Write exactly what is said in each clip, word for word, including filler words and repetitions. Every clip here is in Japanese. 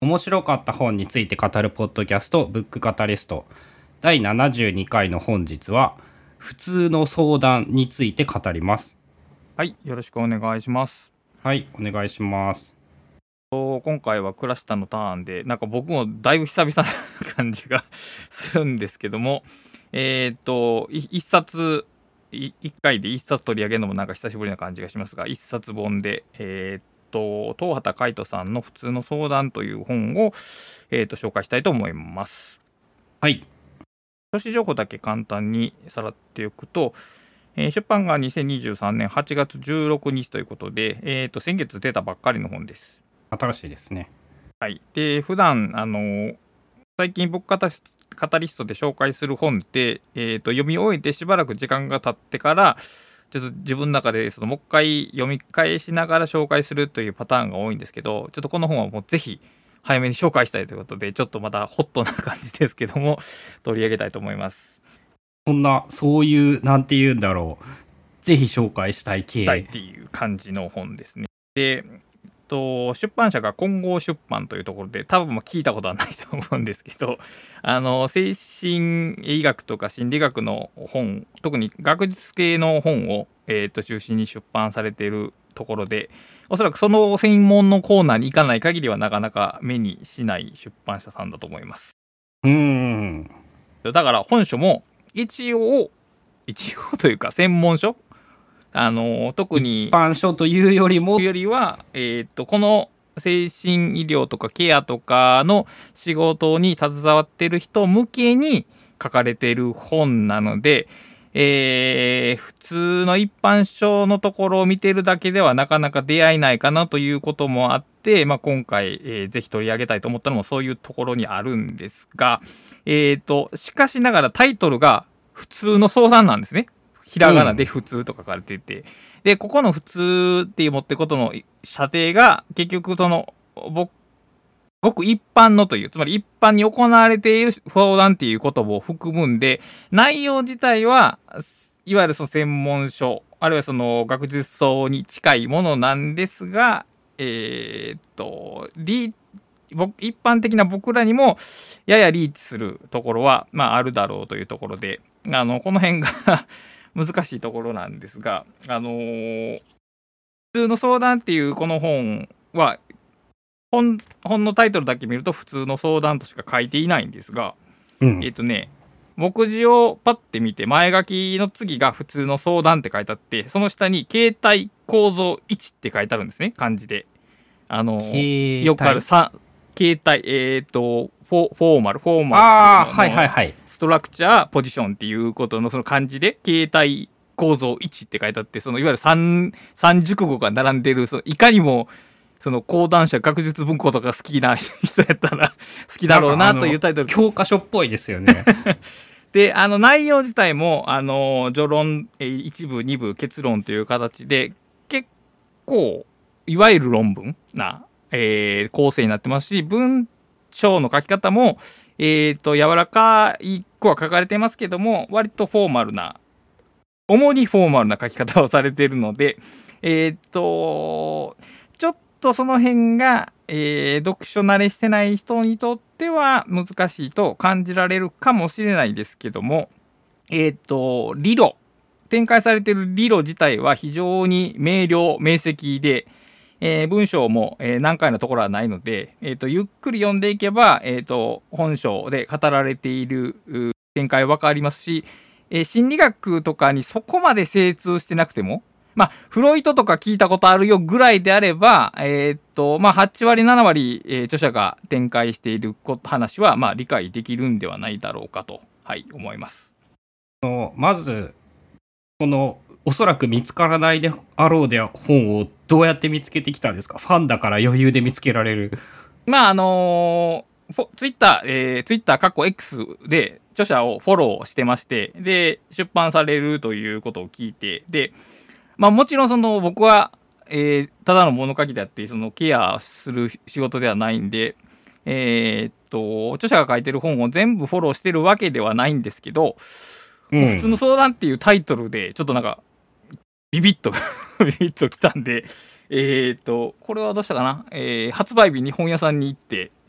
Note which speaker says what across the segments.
Speaker 1: 面白かった本について語るポッドキャストブックカタリストだいななじゅうにかいの本日は普通の相談について語ります。
Speaker 2: はい、よろしくお願いします。
Speaker 1: はい、お願いします。
Speaker 2: 今回はクラシタのターンで、なんか僕もだいぶ久々な感じがするんですけども、えっ、ー、と一冊い一回で一冊取り上げるのもなんか久しぶりな感じがしますが、一冊本でえっ、ー、と東畑海人さんの普通の相談という本を、えー、と紹介したいと思います。
Speaker 1: はい。
Speaker 2: 書誌情報だけ簡単にさらっておくと、えー、出版がにせんにじゅうさんねんはちがつじゅうろくにちということで、えー、と先月出たばっかりの本です。
Speaker 1: 新しいですね。
Speaker 2: はい。で、普段あのー、最近僕カタリストで紹介する本って、えー、と読み終えてしばらく時間が経ってからちょっと自分の中でそのもう一回読み返しながら紹介するというパターンが多いんですけど、ちょっとこの本はもうぜひ早めに紹介したいということで、ちょっとまたホットな感じですけども取り上げたいと思います。
Speaker 1: そんなそういうなんて言うんだろう、ぜひ紹介したい系
Speaker 2: っていう感じの本ですね。で、と出版社が金剛出版というところで、多分聞いたことはないと思うんですけど、あの精神医学とか心理学の本、特に学術系の本を、えー、と中心に出版されているところで、おそらくその専門のコーナーに行かない限りはなかなか目にしない出版社さんだと思います。
Speaker 1: うーん。
Speaker 2: だから本書も一応一応というか専門書、あの特に
Speaker 1: 一般書というよりも
Speaker 2: よりは、えー、とこの精神医療とかケアとかの仕事に携わっている人向けに書かれている本なので、えー、普通の一般書のところを見てるだけではなかなか出会えないかなということもあって、まあ、今回、えー、ぜひ取り上げたいと思ったのもそういうところにあるんですが、えー、としかしながらタイトルが普通の相談なんですね。ひらがなで普通と書かれていて、うん、でここの普通っていう持ってことの射程が結局そのごく一般のという、つまり一般に行われている相談っていうことを含むんで、内容自体はいわゆるその専門書あるいはその学術書に近いものなんですが、えー、っと一般的な僕らにもややリーチするところは、まあ、あるだろうというところで、あのこの辺が難しいところなんですが、あのー、普通の相談っていうこの本は 本, 本のタイトルだけ見ると普通の相談としか書いていないんですが、うん、えっ、ー、とね目次をパッて見て前書きの次が普通の相談って書いてあって、その下に形態構造いちって書いてあるんですね、漢字で。あのー、よくあるさ形態、えっ、ー、とフォ, フォーマルフォーマル
Speaker 1: あはいはいはい
Speaker 2: ストラクチャーポジションっていうことのその漢字で形態構造いちって書いてあって、そのいわゆる 3, 3熟語が並んでる、そのいかにもその講談社学術文庫とか好きな人やったら好きだろうなというタイトル。
Speaker 1: 教科書っぽいですよね
Speaker 2: であの内容自体もあの序論いち部に部結論という形で結構いわゆる論文な、えー、構成になってますし、文章の書き方も、えー、と柔らかい句は書かれてますけども、割とフォーマルな主にフォーマルな書き方をされているので、えっ、ー、とちょっとその辺が、えー、読書慣れしてない人にとっては難しいと感じられるかもしれないですけども、えっ、ー、と理路展開されている理路自体は非常に明瞭明晰で、えー、文章も、えー、難解なところはないので、えー、とゆっくり読んでいけば、えー、と本書で語られている展開は分かりますし、えー、心理学とかにそこまで精通してなくても、まあ、フロイトとか聞いたことあるよぐらいであれば、えーっとまあ、はちわりななわり、えー、著者が展開している話は、まあ、理解できるんではないだろうかと、はい、思います。
Speaker 1: まずこのおそらく見つからないであろうで本をどうやって見つけてきたんですか？ファンだから余裕で見つけられる。
Speaker 2: まああのー、ツイッター、えー、ツイッターかっこ X で著者をフォローしてまして、で出版されるということを聞いて、でまあもちろんその僕は、えー、ただの物書きであってそのケアする仕事ではないんで、えー、っと著者が書いてる本を全部フォローしてるわけではないんですけど、うん、普通の相談っていうタイトルでちょっとなんかビビッとビビッときたんで、えー、っとこれはどうしたかな、えー、発売日に本屋さんに行って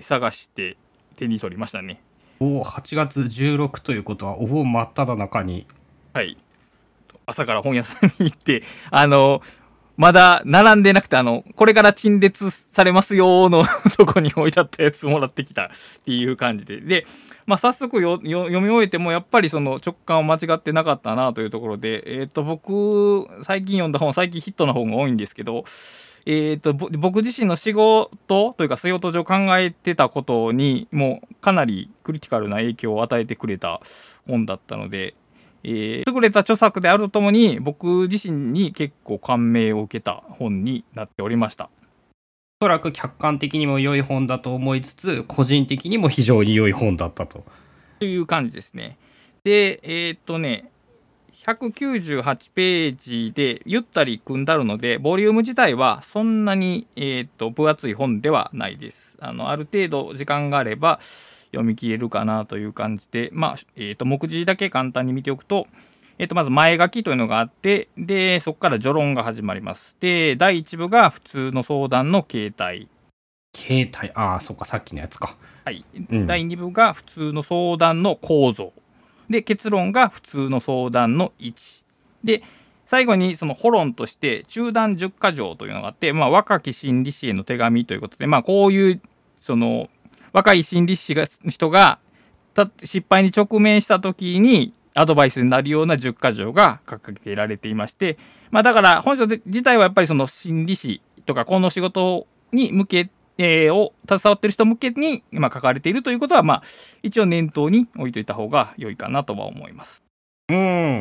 Speaker 2: 探して手に取りましたね。
Speaker 1: おお、はちがつじゅうろくということはお盆真っ只中に。
Speaker 2: はい。朝から本屋さんに行って、あの、まだ並んでなくて、あの、これから陳列されますよのとこに置いてあったやつもらってきたっていう感じで。で、まあ、早速よよ読み終えても、やっぱりその直感を間違ってなかったなというところで、えっと、僕、最近読んだ本、最近ヒットな本が多いんですけど、えっと、僕自身の仕事というか仕事上考えてたことに、もうかなりクリティカルな影響を与えてくれた本だったので、えー、優れた著作であるとともに僕自身に結構感銘を受けた本になっておりました。
Speaker 1: おそらく客観的にも良い本だと思いつつ、個人的にも非常に良い本だったと。
Speaker 2: という感じですね。で、えー、っとね、ひゃくきゅうじゅうはちページでゆったり組んであるので、ボリューム自体はそんなに、えー、っと分厚い本ではないです。あの、ある程度時間があれば読み切れるかなという感じで、まあ、えー、と目次だけ簡単に見ておくと、えー、とまず前書きというのがあって、でそこから序論が始まります。でだいいち部が普通の相談の形態。
Speaker 1: 形態、ああ、そっか、さっきのやつか。
Speaker 2: はい、うん、だいに部が普通の相談の構造で、結論が普通の相談の位置で、最後にその補論として中段じゅっか条というのがあって、まあ、若き心理師への手紙ということで、まあ、こういうその若い心理師が人が失敗に直面した時にアドバイスになるようなじゅっか条が掲げられていまして、まあ、だから本書自体はやっぱりその心理師とかこの仕事に向けえー、を携わっている人向けに、まあ、書かれているということは、まあ、一応念頭に置いといた方が良いかなとは思います。
Speaker 1: うん、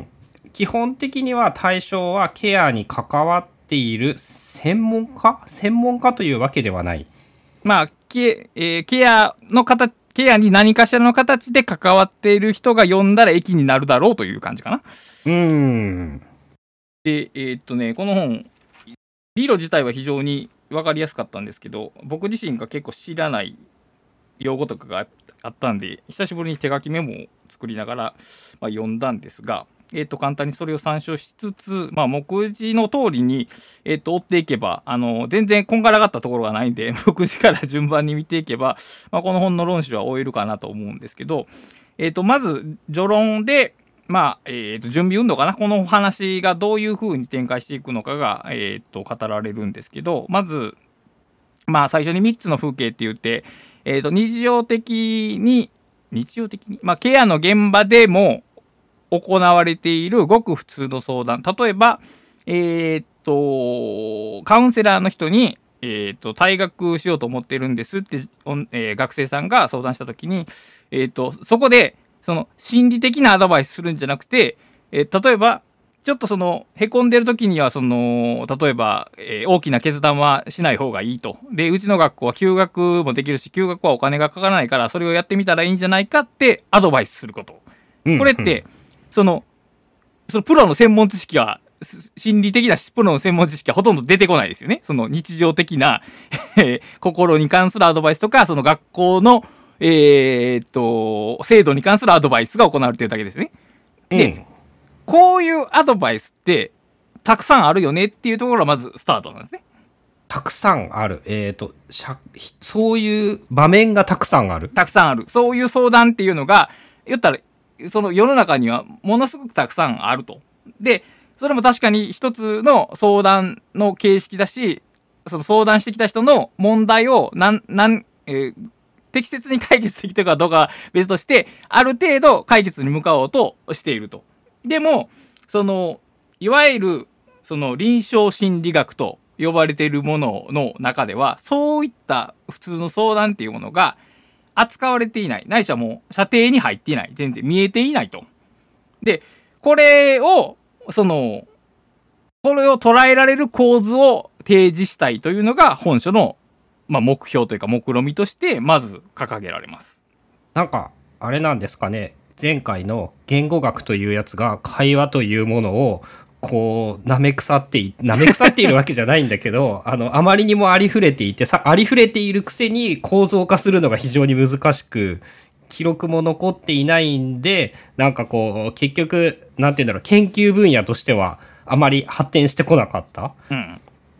Speaker 1: 基本的には対象はケアに関わっている専門家専門家というわけではない。
Speaker 2: まあケ、えー、ケアの形ケアに何かしらの形で関わっている人が読んだら益になるだろうという感じかな。
Speaker 1: うーん。
Speaker 2: で、えー、っとね、この本、理論自体は非常に分かりやすかったんですけど、僕自身が結構知らない用語とかがあったんで、久しぶりに手書きメモを作りながら、まあ、読んだんですが、えー、と簡単にそれを参照しつつ、まあ、目次の通りに、えー、と追っていけば、あの全然こんがらがったところがないんで、目次から順番に見ていけば、まあ、この本の論旨は終えるかなと思うんですけど、えー、とまず序論で、まあえー、と準備運動かな、この話がどういう風に展開していくのかが、えー、と語られるんですけど、まず、まあ、最初にみっつの風景って言って、えー、と日常的に日常的に、まあ、ケアの現場でも行われているごく普通の相談、例えば、えー、とカウンセラーの人に、えー、と退学しようと思ってるんですって、えー、学生さんが相談した時に、えー、とそこでその心理的なアドバイスするんじゃなくて、えー、例えばちょっとそのへこんでる時にはその例えば、えー、大きな決断はしない方がいいと。でうちの学校は休学もできるし、休学はお金がかからないからそれをやってみたらいいんじゃないかってアドバイスすること、うんうん、これってそのそのプロの専門知識は心理的なプロの専門知識はほとんど出てこないですよね。その日常的な心に関するアドバイスとか、その学校のえー、っと制度に関するアドバイスが行われているだけですね。で、うん、こういうアドバイスってたくさんあるよねっていうところがまずスタートなんですね。
Speaker 1: たくさんある、えー、とそういう場面がたくさんある
Speaker 2: たくさんあるそういう相談っていうのが言ったらその世の中にはものすごくたくさんあると。でそれも確かに一つの相談の形式だし、その相談してきた人の問題をなんなん、えー、適切に解決できてるかどうかは別として、ある程度解決に向かおうとしていると。でもそのいわゆるその臨床心理学と呼ばれているものの中では、そういった普通の相談っていうものが扱われていない、ないしはもう射程に入っていない、全然見えていないと。でこれをそのこれを捉えられる構図を提示したいというのが本書の、まあ、目標というか目論見としてまず掲げられます。
Speaker 1: なんかあれなんですかね、前回の言語学というやつが会話というものをこう舐め腐ってい舐め腐っているわけじゃないんだけどあのあまりにもありふれていてさありふれているくせに構造化するのが非常に難しく、記録も残っていないんで、なんかこう結局なんていうんだろう、研究分野としてはあまり発展してこなかった、
Speaker 2: うん、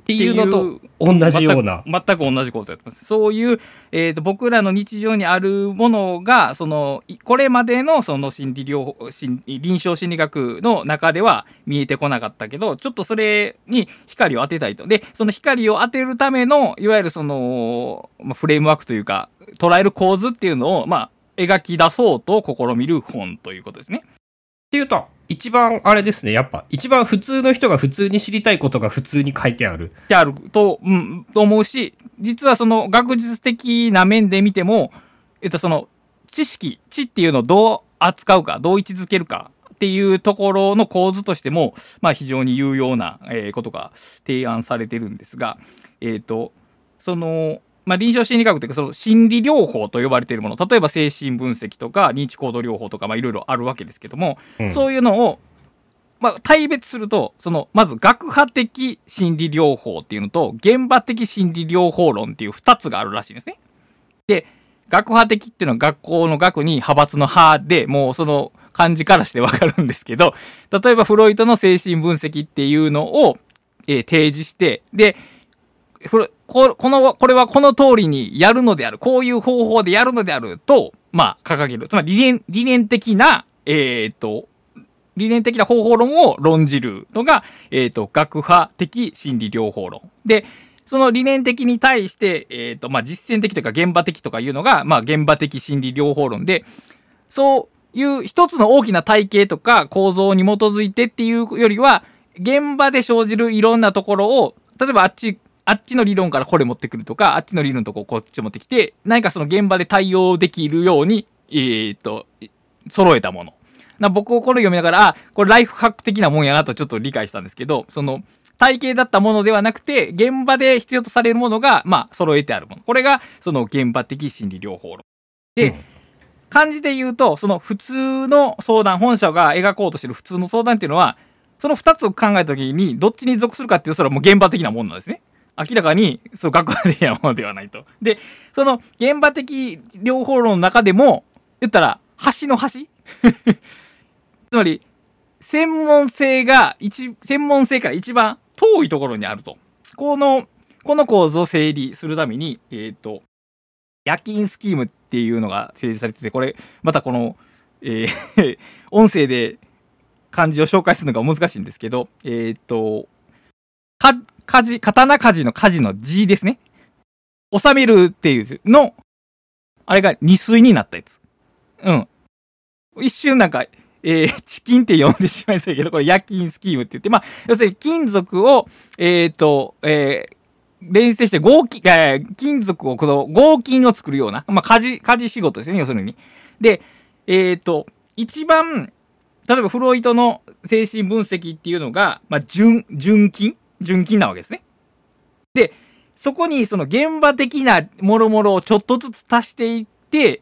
Speaker 1: っていうのと同じような
Speaker 2: 全く、全く同じ構造やと思います。そういう、えーと、僕らの日常にあるものがそのこれまでのその心理療法心臨床心理学の中では見えてこなかったけど、ちょっとそれに光を当てたいと。でその光を当てるためのいわゆるその、まあ、フレームワークというか捉える構図っていうのを、まあ、描き出そうと試みる本ということですね。
Speaker 1: っていうと一番あれですね、やっぱ一番普通の人が普通に知りたいことが普通に書いてある
Speaker 2: ってあると、うん、と思うし、実はその学術的な面で見ても、えっと、その知識知っていうのをどう扱うかどう位置づけるかっていうところの構図としても、まあ、非常に有用な、えーことが提案されてるんですが、えっとそのまあ、臨床心理学というかその心理療法と呼ばれているもの、例えば精神分析とか認知行動療法とかいろいろあるわけですけども、うん、そういうのを、まあ、対別するとそのまず学派的心理療法っていうのと現場的心理療法論っていうふたつがあるらしいんですね。で学派的っていうのは学校の学に派閥の派でもうその漢字からしてわかるんですけど、例えばフロイトの精神分析っていうのを、えー、提示して、でここのこれはこの通りにやるのである、こういう方法でやるのであると、まあ、掲げる。つまり理念理念的な、えー、っと理念的な方法論を論じるのが、えー、っと学派的心理療法論で、その理念的に対して、えー、っとまあ、実践的というか現場的とかいうのが、まあ、現場的心理療法論で、そういう一つの大きな体系とか構造に基づいてっていうよりは、現場で生じるいろんなところを、例えばあっちあっちの理論からこれ持ってくるとか、あっちの理論とこっち持ってきて、何かその現場で対応できるように、えー、っと揃えたもの。な僕をこれ読みながら、あ、これライフハック的なもんやなとちょっと理解したんですけど、その体系だったものではなくて、現場で必要とされるものが、まあ、揃えてあるもの。これがその現場的心理療法論。で、うん、漢字で言うと、その普通の相談、本書が描こうとしている普通の相談っていうのは、そのふたつを考えたときに、どっちに属するかっていう、それはもう現場的なもんなんですね。明らかにそう学科的なものではないと。でその現場的療法論の中でも言ったら端の端つまり専門性が一専門性から一番遠いところにあると。このこの構図を整理するために、えー、と夜勤スキームっていうのが整理されてて、これまたこの、えー、音声で漢字を紹介するのが難しいんですけど、えっ、ー、とか家事、刀鍛冶の鍛冶の字ですね。収めるっていうの、あれが二水になったやつ。うん。一瞬なんか、えー、チキンって呼んでしまいそうやけど、これ夜勤スキームって言って、まあ、要するに金属を、えっ、ー、と、えー、連成して合金、えー、金属を、この合金を作るような、まあ、鍛冶、鍛冶仕事ですよね、要するに。で、えっ、ー、と、一番、例えばフロイトの精神分析っていうのが、まあ、純、純金純金なわけですね。で、そこにその現場的なもろもろをちょっとずつ足していって、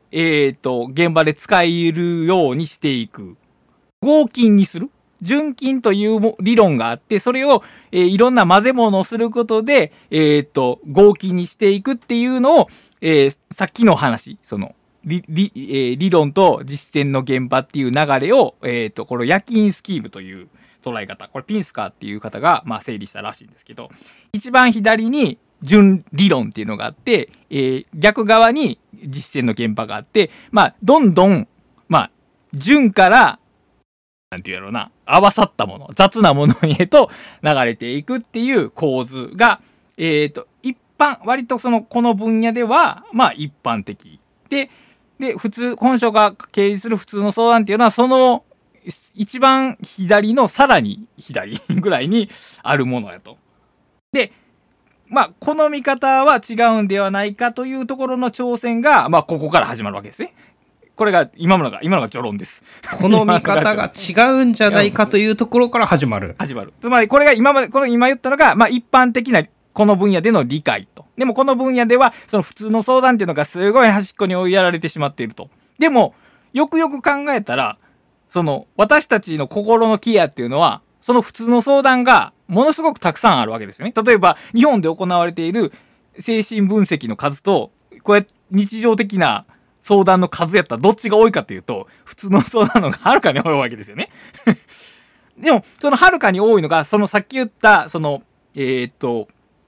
Speaker 2: えっと、現場で使えるようにしていく。合金にする。純金という理論があって、それを、えー、いろんな混ぜ物をすることで、えっと、合金にしていくっていうのを、えー、さっきの話、その、理, 理, えー、理論と実践の現場っていう流れを、えっと、この夜勤スキームという捉え方、これピンスカーっていう方がまあ整理したらしいんですけど、一番左に純理論っていうのがあって、えー、逆側に実践の現場があって、まあどんどんまあ純からなんていうやろうな、合わさったもの、雑なものへと流れていくっていう構図が、えっと一般割とそのこの分野ではまあ一般的で、で普通本書が掲示する普通の相談っていうのはその一番左のさらに左ぐらいにあるものやと。で、まあこの見方は違うんではないかというところの挑戦が、まあここから始まるわけですね。これが今のが今のが序論です。
Speaker 1: この見方が違うんじゃないかというところから始まる。
Speaker 2: 始まる。つまりこれが今までこの今言ったのが、まあ一般的なこの分野での理解と。でもこの分野ではその普通の相談っていうのがすごい端っこに追いやられてしまっていると。でもよくよく考えたら。その私たちの心のケアっていうのはその普通の相談がものすごくたくさんあるわけですよね。例えば日本で行われている精神分析の数とこうやって日常的な相談の数やったらどっちが多いかっていうと普通の相談の方がはるかに多いわけですよね。でもそのはるかに多いのがそのさっき言ったそのえー、っと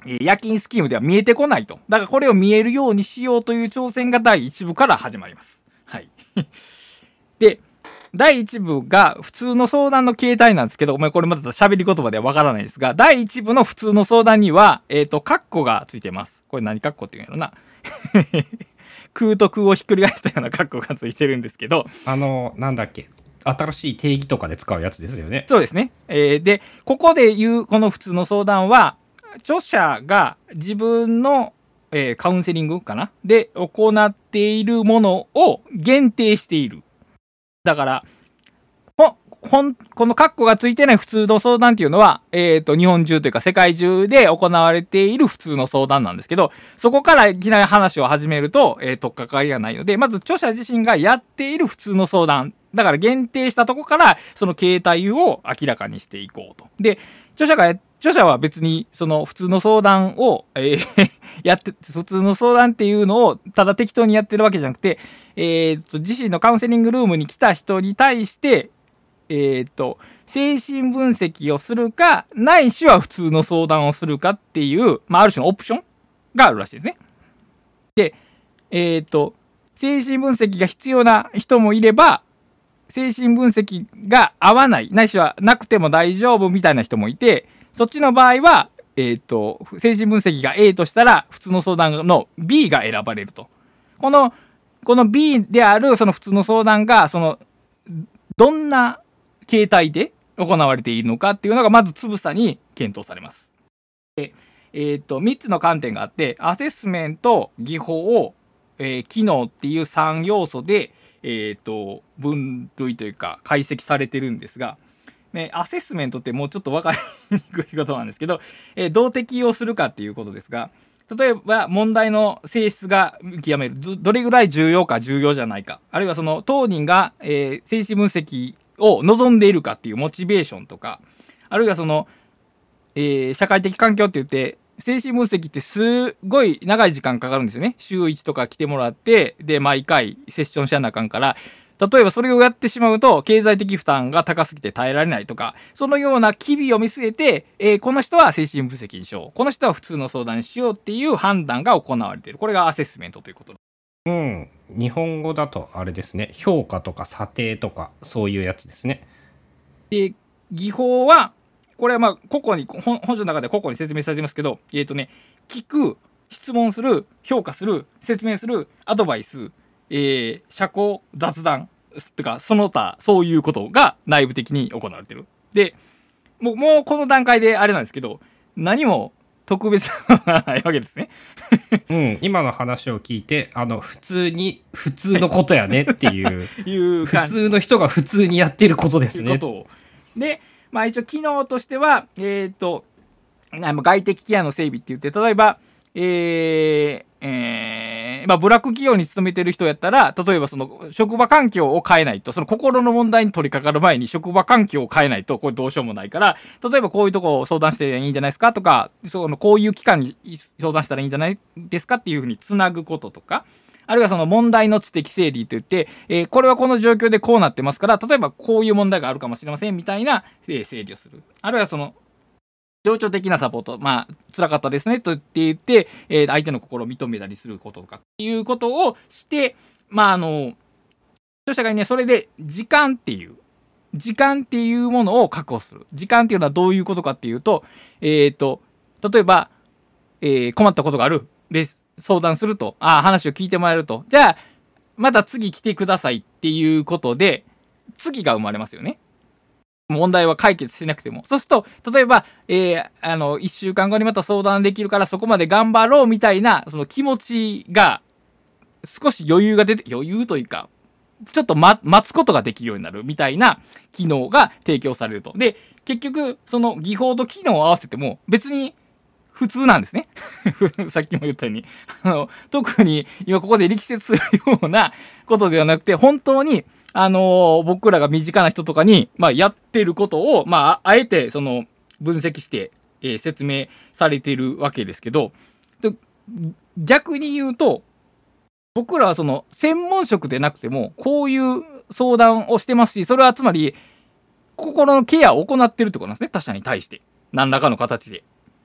Speaker 2: えー夜勤スキームでは見えてこないと。だからこれを見えるようにしようという挑戦がだいいち部から始まります。はい。で、だいいち部が普通の相談の形態なんですけど、お前これまた喋り言葉ではわからないですが、だいいち部の普通の相談には、えっと、カッコがついてます。これ何カッコって言うんやろな。空と空をひっくり返したようなカッコがついてるんですけど、
Speaker 1: あのなんだっけ、新しい定義とかで使うやつですよね。
Speaker 2: そうですね。えーで、ここで言うこの普通の相談は、著者が自分の、えーカウンセリングかなで行っているものを限定している。だから、ほほんこのカッコがついてない普通の相談っていうのは、えっと、日本中というか世界中で行われている普通の相談なんですけど、そこからいきなり話を始めると、えー、とっかかりがないので、まず著者自身がやっている普通の相談。だから限定したとこからその形態を明らかにしていこうと。で、著者が、著者は別にその普通の相談を、えーやって、普通の相談っていうのをただ適当にやってるわけじゃなくて、えー、と自身のカウンセリングルームに来た人に対して、えー、と精神分析をするかないしは普通の相談をするかっていう、まあ、ある種のオプションがあるらしいですね。で、えー、と精神分析が必要な人もいれば、精神分析が合わないないしはなくても大丈夫みたいな人もいて、そっちの場合は、えー、と精神分析が A としたら普通の相談の B が選ばれると。このこの B であるその普通の相談がそのどんな形態で行われているのかっていうのがまずつぶさに検討されます。で、えー、とみっつの観点があって、アセスメント、技法、えー、機能っていうさん要素で、えー、と分類というか解析されてるんですが、ね、アセスメントってもうちょっと分かりにくいことなんですけど、えー、どう適用するかっていうことですが、例えば問題の性質が極める ど, どれぐらい重要か重要じゃないか、あるいはその当人が、えー、精神分析を望んでいるかっていうモチベーションとか、あるいはその、えー、社会的環境って言って精神分析ってすごい長い時間かかるんですよね。週いちとか来てもらって、で毎回セッションしなあかんから、例えばそれをやってしまうと経済的負担が高すぎて耐えられないとか、そのような機微を見据えて、えー、この人は精神分析にしよう、この人は普通の相談にしようっていう判断が行われている。これがアセスメントということ。
Speaker 1: うん、日本語だとあれですね、評価とか査定とかそういうやつですね。
Speaker 2: で、技法はこれはまあ個々に本書の中で個々に説明されてますけど、えっとね、聞く、質問する、評価する、説明する、アドバイス、えー、社交、雑談とかその他そういうことが内部的に行われてる。で、もう、もうこの段階であれなんですけど、何も特別なのがないわけですね。
Speaker 1: うん、今の話を聞いて、あの普通に普通のことやねっていう
Speaker 2: いう
Speaker 1: 普通の人が普通にやってることですね。
Speaker 2: ことをで、まあ一応機能としては、えっ、ー、と外的ケアの整備って言って、例えば、えーえーまあ、ブラック企業に勤めてる人やったら、例えばその職場環境を変えないと、その心の問題に取り掛かる前に職場環境を変えないとこれどうしようもないから、例えばこういうとこを相談していいんじゃないですかとか、そのこういう機関に相談したらいいんじゃないですかっていうふうにつなぐこととか、あるいはその問題の知的整理といって、えー、これはこの状況でこうなってますから、例えばこういう問題があるかもしれませんみたいな、えー、整理をする。あるいはその情緒的なサポート、まあ辛かったですねと言って言って、えー、相手の心を認めたりすることとかっていうことをして、まああの著者がね、それで時間っていう時間っていうものを確保する。時間っていうのはどういうことかっていうと、えっと例えば、えー、困ったことがあるで相談すると、あ話を聞いてもらえると、じゃあまた次来てくださいっていうことで次が生まれますよね。問題は解決してなくても。そうすると例えば、えー、あのいっしゅうかんごにまた相談できるからそこまで頑張ろうみたいなその気持ちが少し余裕が出て、余裕というかちょっと、ま、待つことができるようになるみたいな機能が提供されると。で結局その技法と機能を合わせても別に普通なんですね。さっきも言ったようにあの特に今ここで力説するようなことではなくて、本当にあのー、僕らが身近な人とかに、まあ、やってることを、まあ、あえてその分析して、えー、説明されているわけですけど、で逆に言うと僕らはその専門職でなくてもこういう相談をしてますし、それはつまり心のケアを行ってるってことなんですね。他者に対して何らかの形で。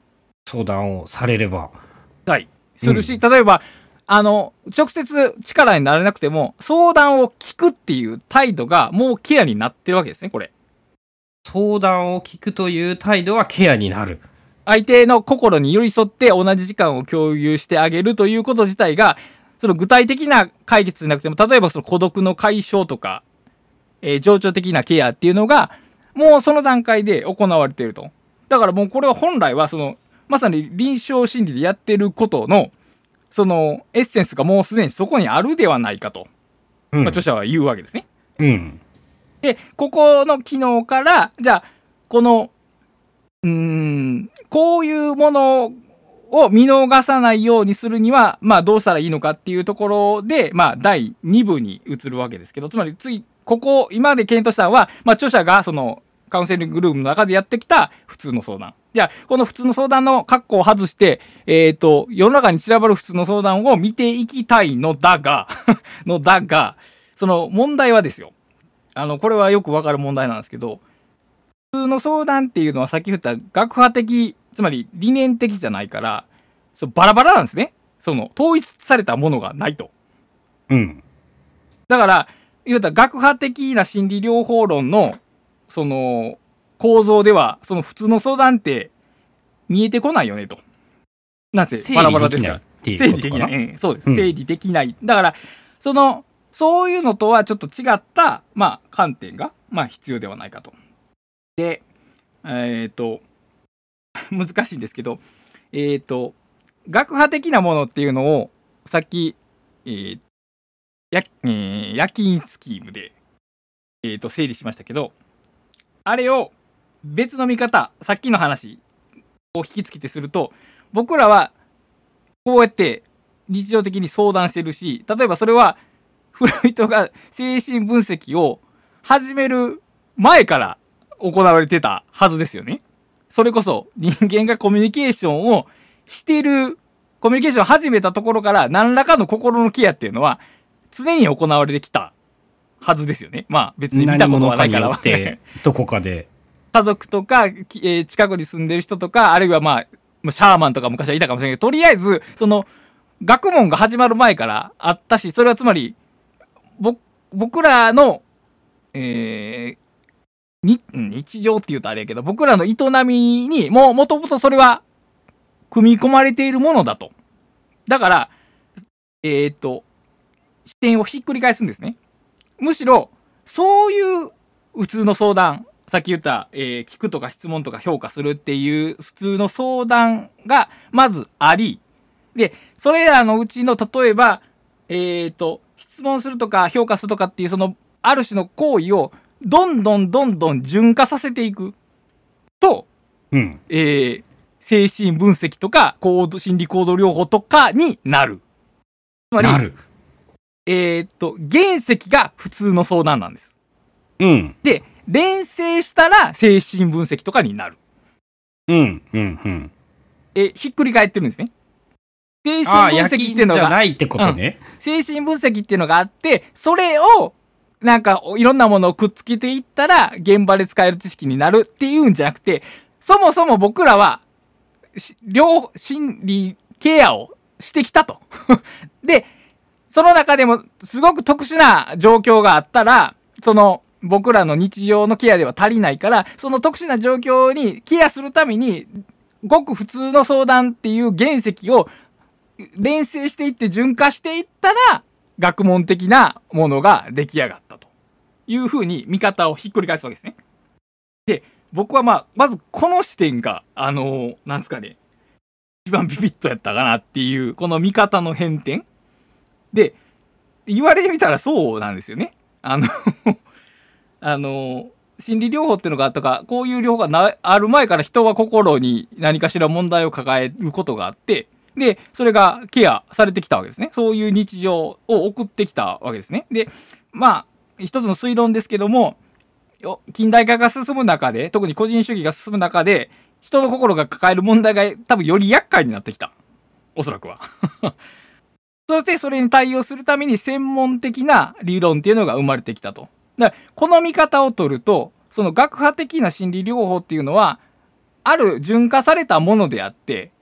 Speaker 1: 相談をされれば。
Speaker 2: はい。するし、うん、例えば、あの、直接力になれなくても、相談を聞くっていう態度がもうケアになってるわけですね、これ。
Speaker 1: 相談を聞くという態度はケアになる。
Speaker 2: 相手の心に寄り添って同じ時間を共有してあげるということ自体が、その具体的な解決じゃなくても、例えばその孤独の解消とか、えー、情緒的なケアっていうのが、もうその段階で行われていると。だからもうこれは本来はその、まさに臨床心理でやってることの、そのエッセンスがもうすでにそこにあるではないかと、うん、まあ、著者は言うわけですね。
Speaker 1: うん、
Speaker 2: で、ここの機能から、じゃあ、この、うーん、こういうものを見逃さないようにするには、まあどうしたらいいのかっていうところで、まあだいに部に移るわけですけど、つまり次、ここ、今まで検討したのは、まあ著者がその、カウンセリンググループの中でやってきた普通の相談。じゃあ、この普通の相談の括弧を外して、えっと、世の中に散らばる普通の相談を見ていきたいのだが、のだが、その問題はですよ。あの、これはよくわかる問題なんですけど、普通の相談っていうのはさっき言った学派的、つまり理念的じゃないから、そうバラバラなんですね。その、統一されたものがないと。
Speaker 1: うん。
Speaker 2: だから、言うたら学派的な心理療法論のその構造ではその普通の相談って見えてこないよねと。なんせバラバラですから。整理できない。うん、そうです、うん。整理できない。だからそのそういうのとはちょっと違ったまあ観点がまあ必要ではないかと。で、えっ、ー、と難しいんですけど、えっ、ー、と学派的なものっていうのをさっき、えーやえー、夜勤スキームで、えー、と整理しましたけど、あれを別の見方、さっきの話を引き付けてすると、僕らはこうやって日常的に相談してるし、例えばそれはフロイトが精神分析を始める前から行われてたはずですよね。それこそ人間がコミュニケーションをしてる、コミュニケーションを始めたところから何らかの心のケアっていうのは常に行われてきたはずですよね。まあ別に見たことはないからは
Speaker 1: どこかで
Speaker 2: 家族とか、えー、近くに住んでる人とか、あるいはまあシャーマンとか昔はいたかもしれないけど、とりあえずその学問が始まる前からあったし、それはつまりぼ僕らの、えー、に日常って言うとあれやけど、僕らの営みにももともとそれは組み込まれているものだと。だからえっと視点をひっくり返すんですね。むしろそういう普通の相談、さっき言った、えー、聞くとか質問とか評価するっていう普通の相談がまずあり、でそれらのうちの例えばえっと質問するとか評価するとかっていうそのある種の行為をどんどんどんどん順化させていくと、
Speaker 1: うん、
Speaker 2: えー、精神分析とか行動心理行動療法とかになる。つまり
Speaker 1: なる。
Speaker 2: えー、っと原石が普通の相談なんです。
Speaker 1: うん。
Speaker 2: で連成したら精神分析とかになる。
Speaker 1: うんうんうん。
Speaker 2: えひっくり返ってるんですね。精神分析っていうのが
Speaker 1: じゃないってことね、
Speaker 2: うん。精神分析っていうのがあって、それをなんかいろんなものをくっつけていったら現場で使える知識になるっていうんじゃなくて、そもそも僕らは両心理ケアをしてきたと。でその中でもすごく特殊な状況があったら、その僕らの日常のケアでは足りないから、その特殊な状況にケアするためにごく普通の相談っていう原石を連成していって順化していったら学問的なものが出来上がったというふうに見方をひっくり返すわけですね。で僕はまあまずこの視点があのー、なんですかね、一番ビビッとやったかなっていうこの見方の変転で、言われてみたらそうなんですよね。あのあの心理療法っていうのがあったか、こういう療法がなある前から人は心に何かしら問題を抱えることがあって、でそれがケアされてきたわけですね。そういう日常を送ってきたわけですね。でまあ一つの推論ですけども、近代化が進む中で、特に個人主義が進む中で、人の心が抱える問題が多分より厄介になってきた、おそらくは。そしてそれに対応するために専門的な理論っていうのが生まれてきたと。だからこの見方を取ると、その学派的な心理療法っていうのはある順化されたものであって、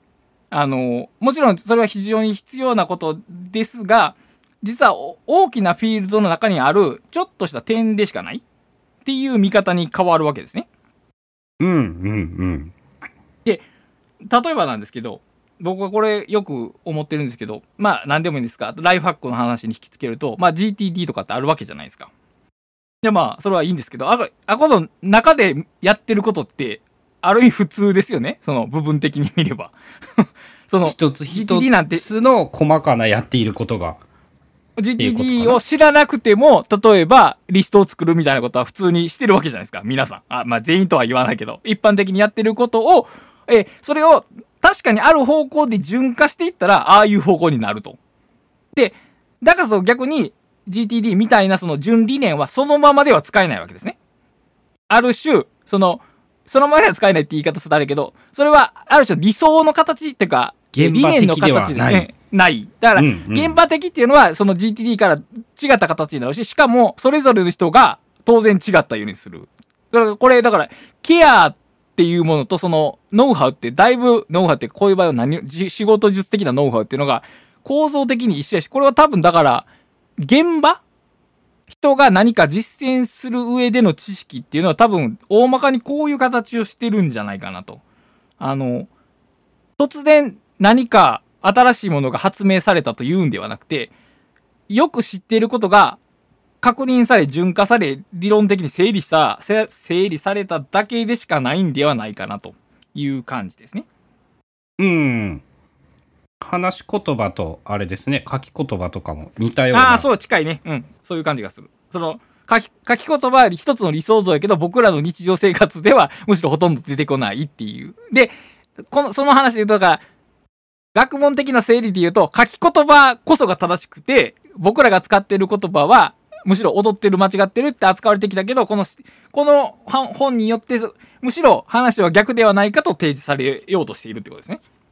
Speaker 2: あのもちろんそれは非常に必要なことですが、実は大きなフィールドの中にあるちょっとした点でしかないっていう見方に変わるわけですね。
Speaker 1: うんうんうん。
Speaker 2: で、例えばなんですけど、僕はこれよく思ってるんですけど、まあ何でもいいんですが、ライフハックの話に引きつけると、まあ ジーティーディー とかってあるわけじゃないですか。で、まあそれはいいんですけど、ああこの中でやってることってある意味普通ですよね。その部分的に見れば。その
Speaker 1: 一つ
Speaker 2: ジーティーディー なんて
Speaker 1: 一つの細かなやっていることが。
Speaker 2: ジーティーディー を知らなくても、例えばリストを作るみたいなことは普通にしてるわけじゃないですか、皆さん。あ、まあ全員とは言わないけど、一般的にやってることを、え、それを確かにある方向で順化していったら、ああいう方向になると。で、だからその逆に ジーティーディー みたいなその順理念はそのままでは使えないわけですね。ある種、その、そのままでは使えないって言い方するとあるけど、それはある種理想の形っていうか、
Speaker 1: 現場的ではない。
Speaker 2: 理念の形でね、ない。だから、
Speaker 1: うんうん、
Speaker 2: 現場的っていうのは、その ジーティーディー から違った形になるし、しかも、それぞれの人が当然違ったようにする。だから、これ、だから、ケアっていうものと、その、ノウハウって、だいぶ、ノウハウって、こういう場合は何、仕事術的なノウハウっていうのが、構造的に一緒やし、これは多分、だから、現場人が何か実践する上での知識っていうのは多分、大まかにこういう形をしてるんじゃないかなと。あの、突然何か、新しいものが発明されたというんではなくて、よく知っていることが確認され、順化され、理論的に整理した、整理されただけでしかないんではないかなという感じですね。
Speaker 1: うん。話し言葉とあれですね、書き言葉とかも似たような。
Speaker 2: ああ、そう、近いね。うん。そういう感じがする。その、書き、書き言葉は一つの理想像やけど、僕らの日常生活ではむしろほとんど出てこないっていう。で、この、その話で言うと、だから、学問的な整理で言うと、書き言葉こそが正しくて、僕らが使っている言葉は、むしろ踊ってる、間違ってるって扱われてきたけど、この、この本によって、むしろ話は逆ではないかと提示されようとしているってことですね。
Speaker 1: うん。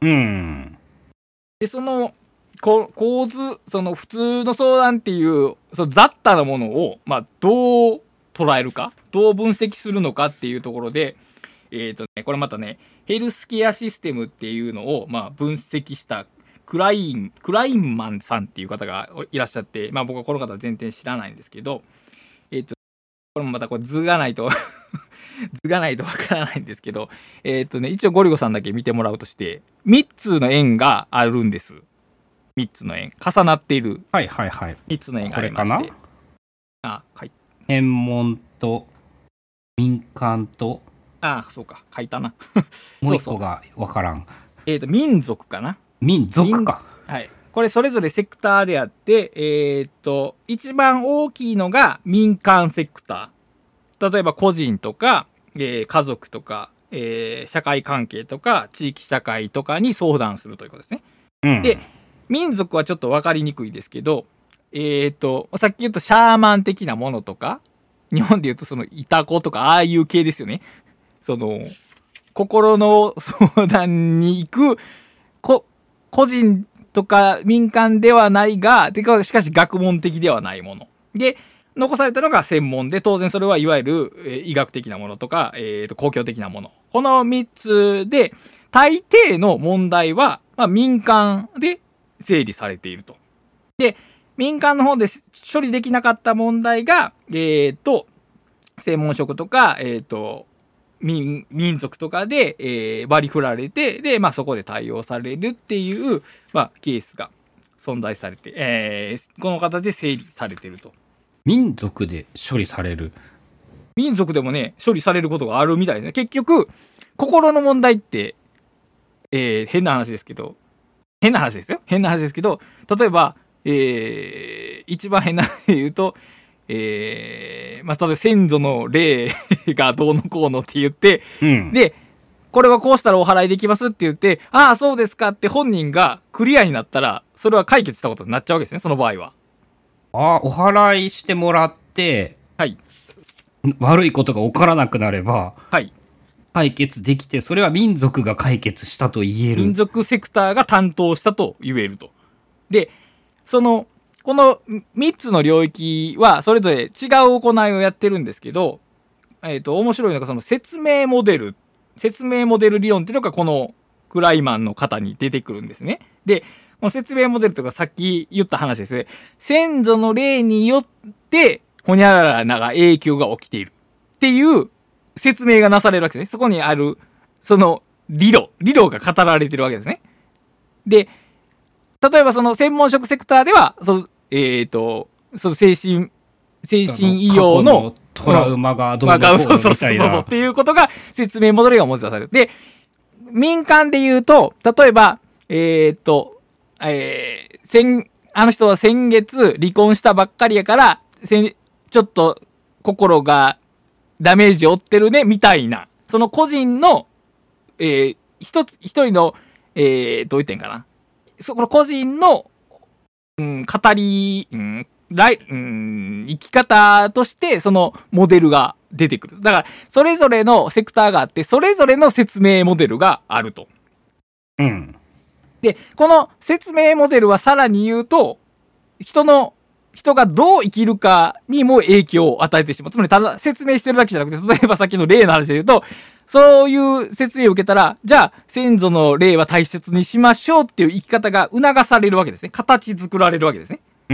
Speaker 2: で、その、こ構図、その普通の相談っていう、その雑多なものを、まあ、どう捉えるか、どう分析するのかっていうところで、えっとね、これまたね、ヘルスケアシステムっていうのを、まあ、分析したクライン、クラインマンさんっていう方がいらっしゃって、まあ僕はこの方全然知らないんですけど、えっと、これもまたこれ図がないと、図がないとわからないんですけど、えっとね、一応ゴリゴさんだけ見てもらうとして、みっつの円があるんです。みっつの円。重なっている。
Speaker 1: はいはいはい。
Speaker 2: みっつの円がありまして。これかな？あ、はい。
Speaker 1: 専門と民間と、
Speaker 2: ああ、そうか。書いたな。
Speaker 1: もう一個がわからん。
Speaker 2: えっと、民族かな。
Speaker 1: 民族か。
Speaker 2: はい。これそれぞれセクターであって、えー、っと、一番大きいのが民間セクター。例えば個人とか、えー、家族とか、えー、社会関係とか、地域社会とかに相談するということですね。
Speaker 1: うん、
Speaker 2: で、民族はちょっと分かりにくいですけど、えー、っと、さっき言ったシャーマン的なものとか、日本で言うとそのイタコとか、ああいう系ですよね。その、心の相談に行く、こ、個人とか民間ではないが、てか、しかし学問的ではないもの。で、残されたのが専門で、当然それはいわゆる、えー、医学的なものとか、えーと、公共的なもの。このみっつで、大抵の問題は、まあ、民間で整理されていると。で、民間の方で処理できなかった問題が、えーと、専門職とか、えーと、民, 民族とかで、えー、割り振られて、で、まあそこで対応されるっていう、まあケースが存在されて、えー、この形で整理されてると。
Speaker 1: 民族で処理される。
Speaker 2: 民族でもね、処理されることがあるみたいですね。結局、心の問題って、えー、変な話ですけど、変な話ですよ。変な話ですけど、例えば、えー、一番変な話で言うと、えー、まあ、例えば先祖の霊がどうのこうのって言って、
Speaker 1: うん、
Speaker 2: で、これはこうしたらお払いできますって言って、ああ、そうですかって本人がクリアになったら、それは解決したことになっちゃうわけですね、その場合は。
Speaker 1: ああ、お払いしてもらって、
Speaker 2: はい。
Speaker 1: 悪いことが起こらなくなれば、
Speaker 2: はい。
Speaker 1: 解決できて、それは民族が解決したと言える。
Speaker 2: 民族セクターが担当したと言えると。で、その、このみっつの領域はそれぞれ違う行いをやってるんですけど、えっと、面白いのがその説明モデル、説明モデル理論っていうのがこのクライマンの方に出てくるんですね。で、この説明モデルとかさっき言った話ですね。先祖の霊によってホニャララなが影響が起きているっていう説明がなされるわけですね。そこにあるその理論理論が語られてるわけですね。で、例えばその専門職セクターではそのえっ、ー、とその精神精神医療の
Speaker 1: トラウマがどうのこうのみたいな、
Speaker 2: そうそうそうそうっていうことが説明モデルが持ち出される。で、民間で言うと例えばえっ、ー、とえー、先あの人は先月離婚したばっかりやからちょっと心がダメージを負ってるねみたいな、その個人の、えー、一つ一人の、えー、どう言ってんかな、そこの個人の、うん、語り、うん来うん、生き方としてそのモデルが出てくる。だからそれぞれのセクターがあってそれぞれの説明モデルがあると。
Speaker 1: うん。
Speaker 2: で、この説明モデルはさらに言うと、人の、人がどう生きるかにも影響を与えてしまう。つまりただ説明してるだけじゃなくて、例えばさっきの例の話で言うと、そういう説明を受けたら、じゃあ先祖の霊は大切にしましょうっていう生き方が促されるわけですね。形作られるわけですね。
Speaker 1: うん。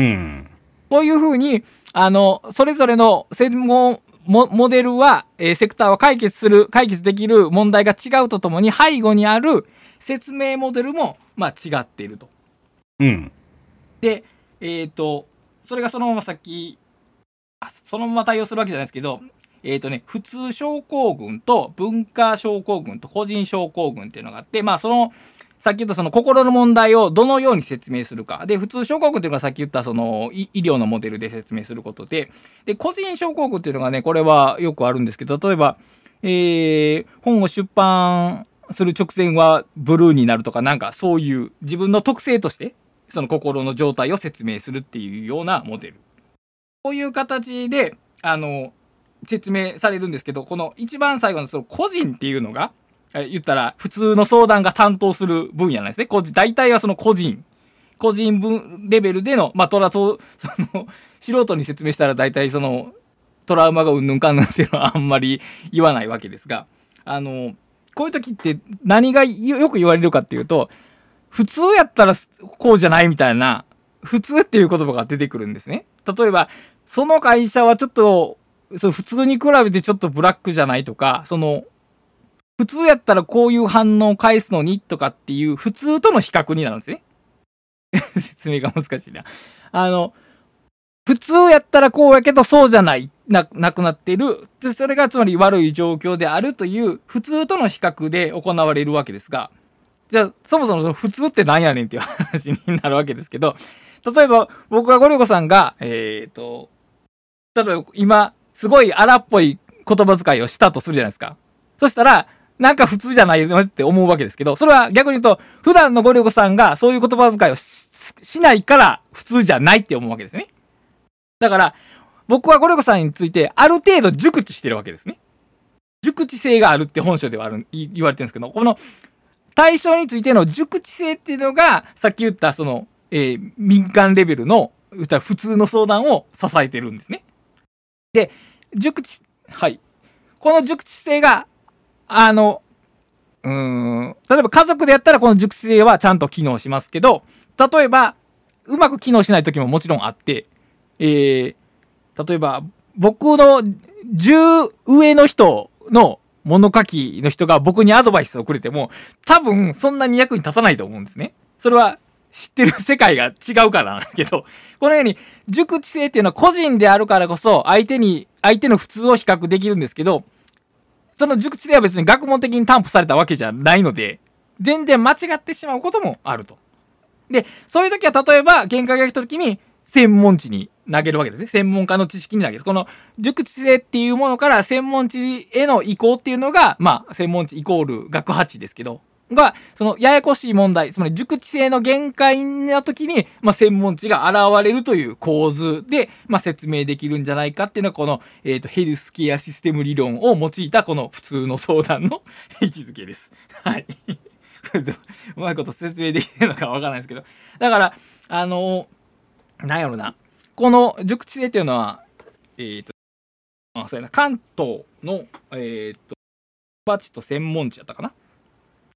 Speaker 2: こういうふうに、あの、それぞれの専門モモデルは、えー、セクターは解決する、解決できる問題が違うとともに、背後にある説明モデルも、まあ、違っていると。
Speaker 1: うん。
Speaker 2: で、えっ、ー、と、それがそのままさっき、あそのまま対応するわけじゃないですけど、えっ、ー、とね、普通症候群と文化症候群と個人症候群っていうのがあって、まあ、その、さっき言ったその心の問題をどのように説明するか。で、普通症候群っていうのがさっき言ったその医療のモデルで説明することで、で、個人症候群っていうのがね、これはよくあるんですけど、例えば、えー、本を出版する直前はブルーになるとか、なんかそういう自分の特性としてその心の状態を説明するっていうようなモデル、こういう形であの説明されるんですけど、この一番最後のその個人っていうのが言ったら普通の相談が担当する分野なんですね。個人、大体はその個人個人分レベルでの、まあトラとその素人に説明したら大体そのトラウマがうんぬんかんぬんっていうのはあんまり言わないわけですが、あのこういう時って何がよく言われるかっていうと、普通やったらこうじゃないみたいな、普通っていう言葉が出てくるんですね。例えばその会社はちょっとその普通に比べてちょっとブラックじゃないとか、その普通やったらこういう反応を返すのにとかっていう普通との比較になるんですね。説明が難しいな。あの普通やったらこうやけどそうじゃないな、なくなってる。それがつまり悪い状況であるという普通との比較で行われるわけですが、じゃあそもそもその普通って何やねんっていう話になるわけですけど、例えば僕がゴリゴさんがえっと例えば今すごい荒っぽい言葉遣いをしたとするじゃないですか。そしたらなんか普通じゃないのって思うわけですけど、それは逆に言うと普段のゴリゴさんがそういう言葉遣いを し, しないから普通じゃないって思うわけですね。だから僕はゴリゴさんについてある程度熟知してるわけですね。熟知性があるって本書ではある言われてるんですけど、この対象についての熟知性っていうのがさっき言ったその、えー、民間レベルの言ったら普通の相談を支えてるんですね。で、熟知、はい。この熟知性があのうーん例えば家族でやったらこの熟知性はちゃんと機能しますけど、例えばうまく機能しない時ももちろんあって、えー、例えば僕のじゅう上の人の物書きの人が僕にアドバイスをくれても多分そんなに役に立たないと思うんですね。それは知ってる世界が違うからなんですけど、このように熟知性っていうのは個人であるからこそ相手に相手の普通を比較できるんですけど、その熟知性は別に学問的に担保されたわけじゃないので全然間違ってしまうこともあると。で、そういう時は例えば喧嘩が来た時に専門知に投げるわけですね。専門家の知識に投げる。この熟知性っていうものから専門知への移行っていうのが、まあ専門知イコール学派知ですけど、がそのややこしい問題、つまり熟知性の限界な時に、まあ、専門知が現れるという構図で、まあ、説明できるんじゃないかっていうのはこの、えーと、ヘルスケアシステム理論を用いたこの普通の相談の位置づけです。はい。うまいこと説明できてるのかわからないですけど、だからあのー、なんやろな、この熟知性っていうのはえっ、ー、とあそうやな関東のえっ、ー、とバチと専門知やったかな。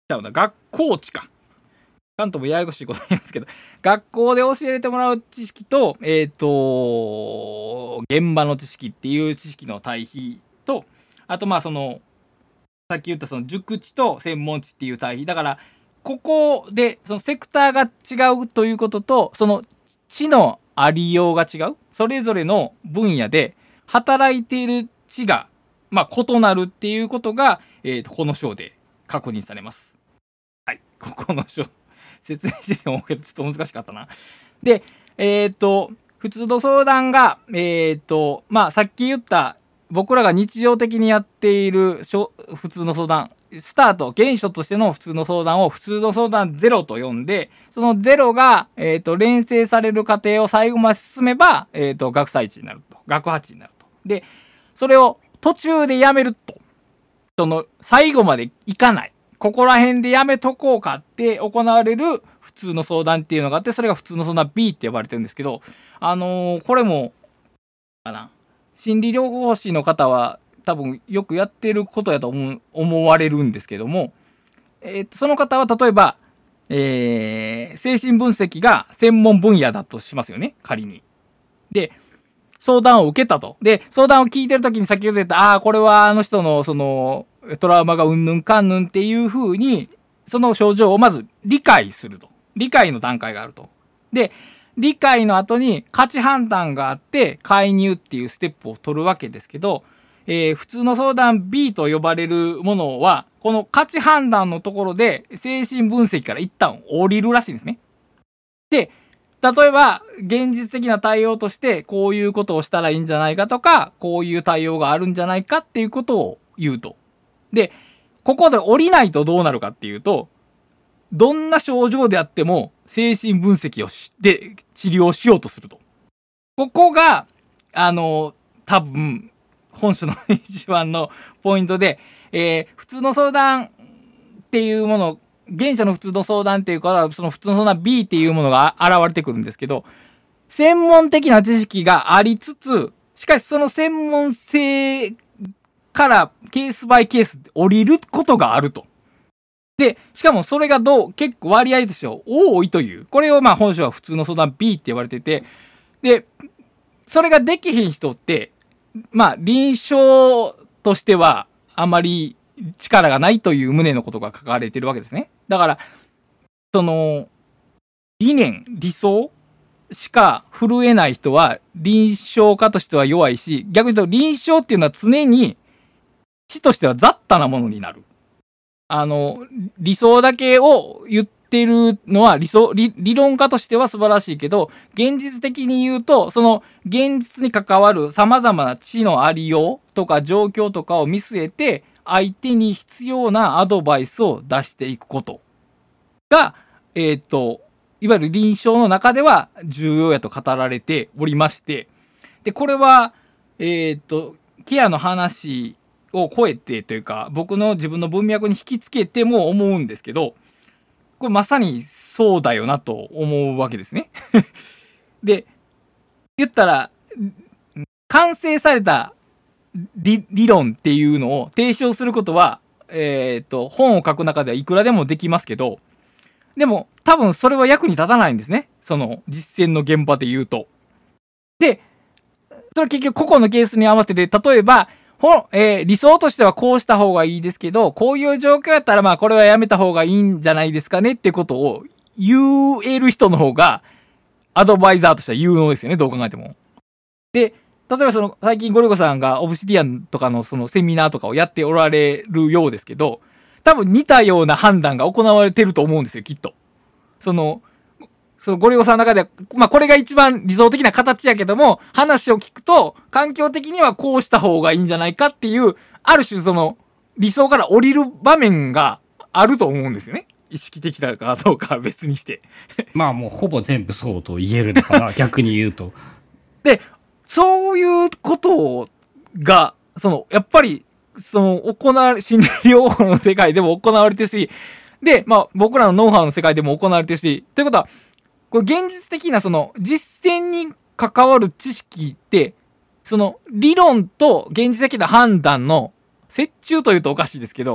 Speaker 2: ちゃうな、学校知か。関東もややこしいこと言いますけど、学校で教えてもらう知識と、えっと、現場の知識っていう知識の対比と、あとまあその、さっき言ったその塾知と専門知っていう対比。だから、ここでそのセクターが違うということと、その知のありようが違う。それぞれの分野で働いている知が、まあ異なるっていうことが、えっと、この章で確認されます。はい。ここの章。説明しててもちょっと難しかったな。で、えっと、普通の相談が、えっと、まあ、さっき言った、僕らが日常的にやっている普通の相談、スタート、原初としての普通の相談を普通の相談ゼロと呼んで、そのゼロが、えっと、連成される過程を最後まで進めば、えっと、学祭値になると。学八になると。で、それを途中でやめると。その、最後までいかない。ここら辺でやめとこうかって行われる普通の相談っていうのがあって、それが普通の相談 B って呼ばれてるんですけど、あのー、これも、かな。心理療法士の方は多分よくやってることやと思思われるんですけども、えー、とその方は例えば、えー、精神分析が専門分野だとしますよね、仮に。で、相談を受けたと。で、相談を聞いてるときに先ほど言った、ああ、これはあの人のその、トラウマがうんぬんかんぬんっていう風に、その症状をまず理解すると。理解の段階があると。で、理解の後に価値判断があって介入っていうステップを取るわけですけど、えー、普通の相談 B と呼ばれるものは、この価値判断のところで精神分析から一旦降りるらしいんですね。で、例えば現実的な対応としてこういうことをしたらいいんじゃないかとか、こういう対応があるんじゃないかっていうことを言うと。で、ここで降りないとどうなるかっていうと、どんな症状であっても精神分析をして治療しようとすると。ここが、あの、多分、本書の一番のポイントで、えー、普通の相談っていうもの、原初の普通の相談っていうから、その普通の相談 B っていうものが現れてくるんですけど、専門的な知識がありつつ、しかしその専門性からケースバイケースで降りることがあると。で、しかもそれがどう、結構割合としては多いという。これをまあ本書は普通の相談 B って言われてて、で、それができひん人って、まあ臨床としてはあまり力がないという旨のことが書かれてるわけですね。だから、その、理念、理想しか震えない人は臨床家としては弱いし、逆に言うと臨床っていうのは常に知としては雑多なものになる。あの、理想だけを言ってるのは理想、理、理論家としては素晴らしいけど、現実的に言うと、その現実に関わる様々な知のありようとか状況とかを見据えて、相手に必要なアドバイスを出していくことが、えっと、いわゆる臨床の中では重要やと語られておりまして、で、これは、えっと、ケアの話を超えてというか、僕の自分の文脈に引きつけても思うんですけど、これまさにそうだよなと思うわけですね。で、言ったら、完成された 理, 理論っていうのを提唱することは、えっと、本を書く中ではいくらでもできますけど、でも多分それは役に立たないんですね。その実践の現場で言うと。で、それ結局個々のケースに合わせて、例えば、ほえー、理想としてはこうした方がいいですけど、こういう状況やったらまあこれはやめた方がいいんじゃないですかねってことを言える人の方がアドバイザーとしては有能ですよね、どう考えても。で、例えばその最近ゴルゴさんがオブシディアンとかのそのセミナーとかをやっておられるようですけど、多分似たような判断が行われてると思うんですよ、きっと。その、そのゴリゴさんの中では、まあこれが一番理想的な形やけども、話を聞くと、環境的にはこうした方がいいんじゃないかっていう、ある種その理想から降りる場面があると思うんですよね。意識的だかどうかは別にして。
Speaker 1: まあもうほぼ全部そうと言えるのかな、逆に言うと。
Speaker 2: で、そういうことが、その、やっぱり、その、行われ、心理療法の世界でも行われてるし、で、まあ僕らのノウハウの世界でも行われてるし、ということは、これ現実的なその実践に関わる知識って、その理論と現実的な判断の折衷というとおかしいですけど、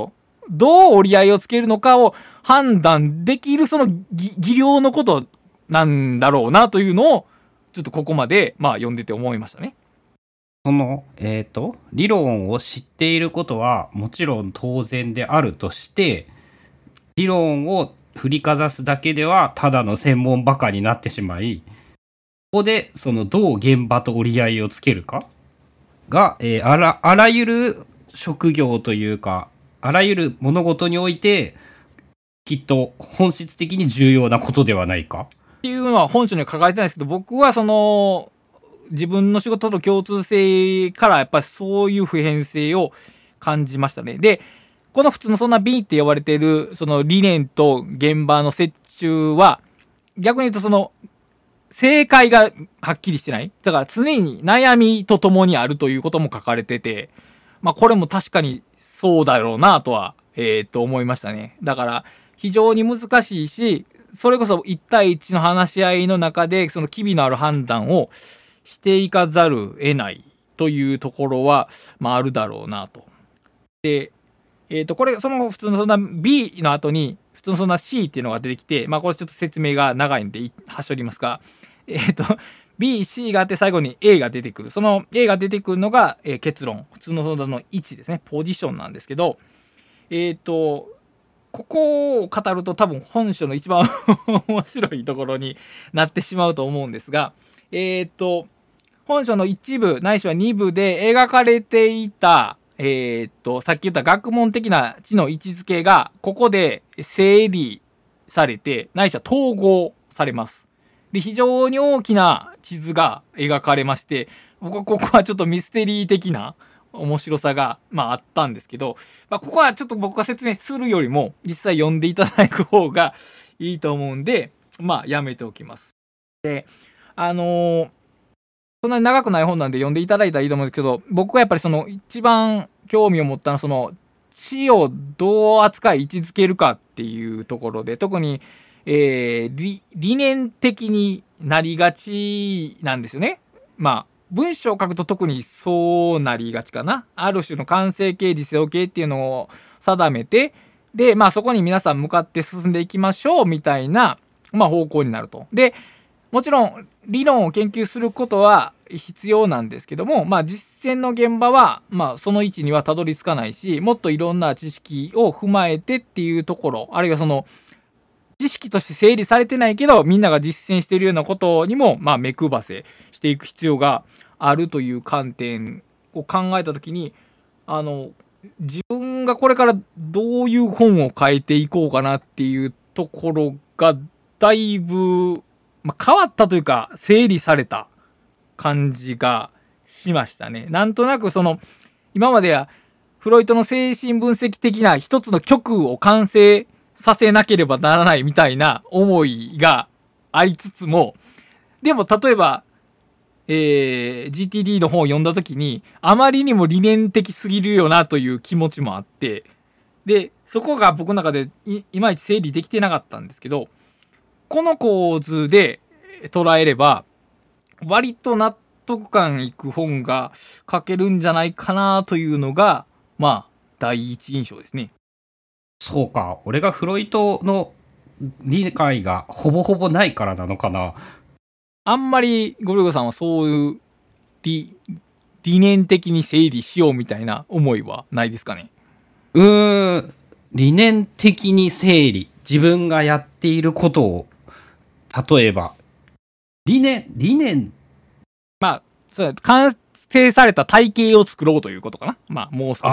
Speaker 2: どう折り合いをつけるのかを判断できるその技量のことなんだろうなというのをちょっとここまでまあ読んでて思いましたね。
Speaker 1: その、えーと、理論を知っていることはもちろん当然であるとして、理論を振りかざすだけではただの専門バカになってしまい、ここでそのどう現場と折り合いをつけるかが、えー、あら、あらゆる職業というか、あらゆる物事においてきっと本質的に重要なことではないか
Speaker 2: っていうのは本書には書かれてないですけど、僕はその自分の仕事と共通性からやっぱりそういう普遍性を感じましたね。で、この普通のそんな B って呼ばれているその理念と現場の折衷は逆に言うとその正解がはっきりしてない。だから常に悩みとともにあるということも書かれてて、まあこれも確かにそうだろうなとは、えー、と思いましたね。だから非常に難しいし、それこそいち対いちの話し合いの中でその機微のある判断をしていかざる得ないというところは、まあ、あるだろうなと。で、えっ、ー、と、これ、その普通のそんな B の後に、普通のそんな C っていうのが出てきて、まあ、これちょっと説明が長いんで、はしょりますが、えっ、ー、と、B、C があって最後に A が出てくる。その A が出てくるのが、えー、結論。普通のその位置ですね。ポジションなんですけど、えっ、ー、と、ここを語ると多分本書の一番面白いところになってしまうと思うんですが、えっ、ー、と、本書の一部ないしは二部で描かれていた、えー、っとさっき言った学問的な知の位置づけがここで整理されてないしは統合されます。で、非常に大きな地図が描かれまして、僕はここはちょっとミステリー的な面白さが、まあ、あったんですけど、まあ、ここはちょっと僕が説明するよりも実際読んでいただく方がいいと思うんで、まあやめておきます。で、あのーそんなに長くない本なんで読んでいただいたらいいと思うんですけど、僕はやっぱりその一番興味を持ったのはその知をどう扱い位置づけるかっていうところで、特に、えー、理, 理念的になりがちなんですよね。まあ文章を書くと特にそうなりがちかな。ある種の完成形理想形っていうのを定めて、でまあそこに皆さん向かって進んでいきましょうみたいな、まあ、方向になると。でもちろん理論を研究することは必要なんですけども、まあ実践の現場は、まあその位置にはたどり着かないし、もっといろんな知識を踏まえてっていうところ、あるいはその知識として整理されてないけど、みんなが実践しているようなことにも、まあ目配せしていく必要があるという観点を考えたときに、あの、自分がこれからどういう本を書いていこうかなっていうところが、だいぶ、まあ、変わったというか整理された感じがしましたね。なんとなくその今まではフロイトの精神分析的な一つの極を完成させなければならないみたいな思いがありつつも、でも例えば、えー、ジーティーディー の本を読んだ時にあまりにも理念的すぎるよなという気持ちもあって、でそこが僕の中で い, いまいち整理できてなかったんですけど、この構図で捉えれば割と納得感いく本が書けるんじゃないかなというのがまあ第一印象ですね。
Speaker 1: そうか、俺がフロイトの理解がほぼほぼないからなのかな。
Speaker 2: あんまりゴルゴさんはそういう 理, 理念的に整理しようみたいな思いはないですかね。
Speaker 1: うーん、理念的に整理、自分がやっていることを例えば理念理念
Speaker 2: まあそう完成された体系を作ろうということかな。まあもう少し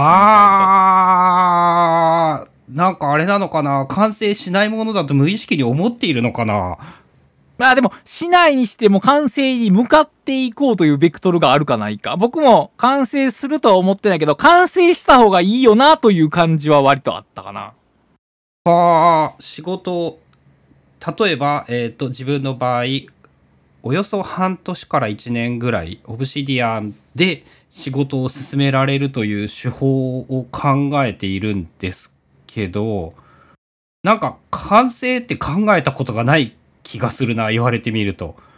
Speaker 1: あーなんかあれなのかな、完成しないものだと無意識に思っているのかな。
Speaker 2: まあでもしないにしても完成に向かっていこうというベクトルがあるかないか。僕も完成するとは思ってないけど完成した方がいいよなという感じは割とあったかな。
Speaker 1: あー仕事例えば、えーと、自分の場合およそ半年からいちねんぐらいオブシディアンで仕事を進められるという手法を考えているんですけど、なんか完成って考えたことがない気がするな、言われてみると。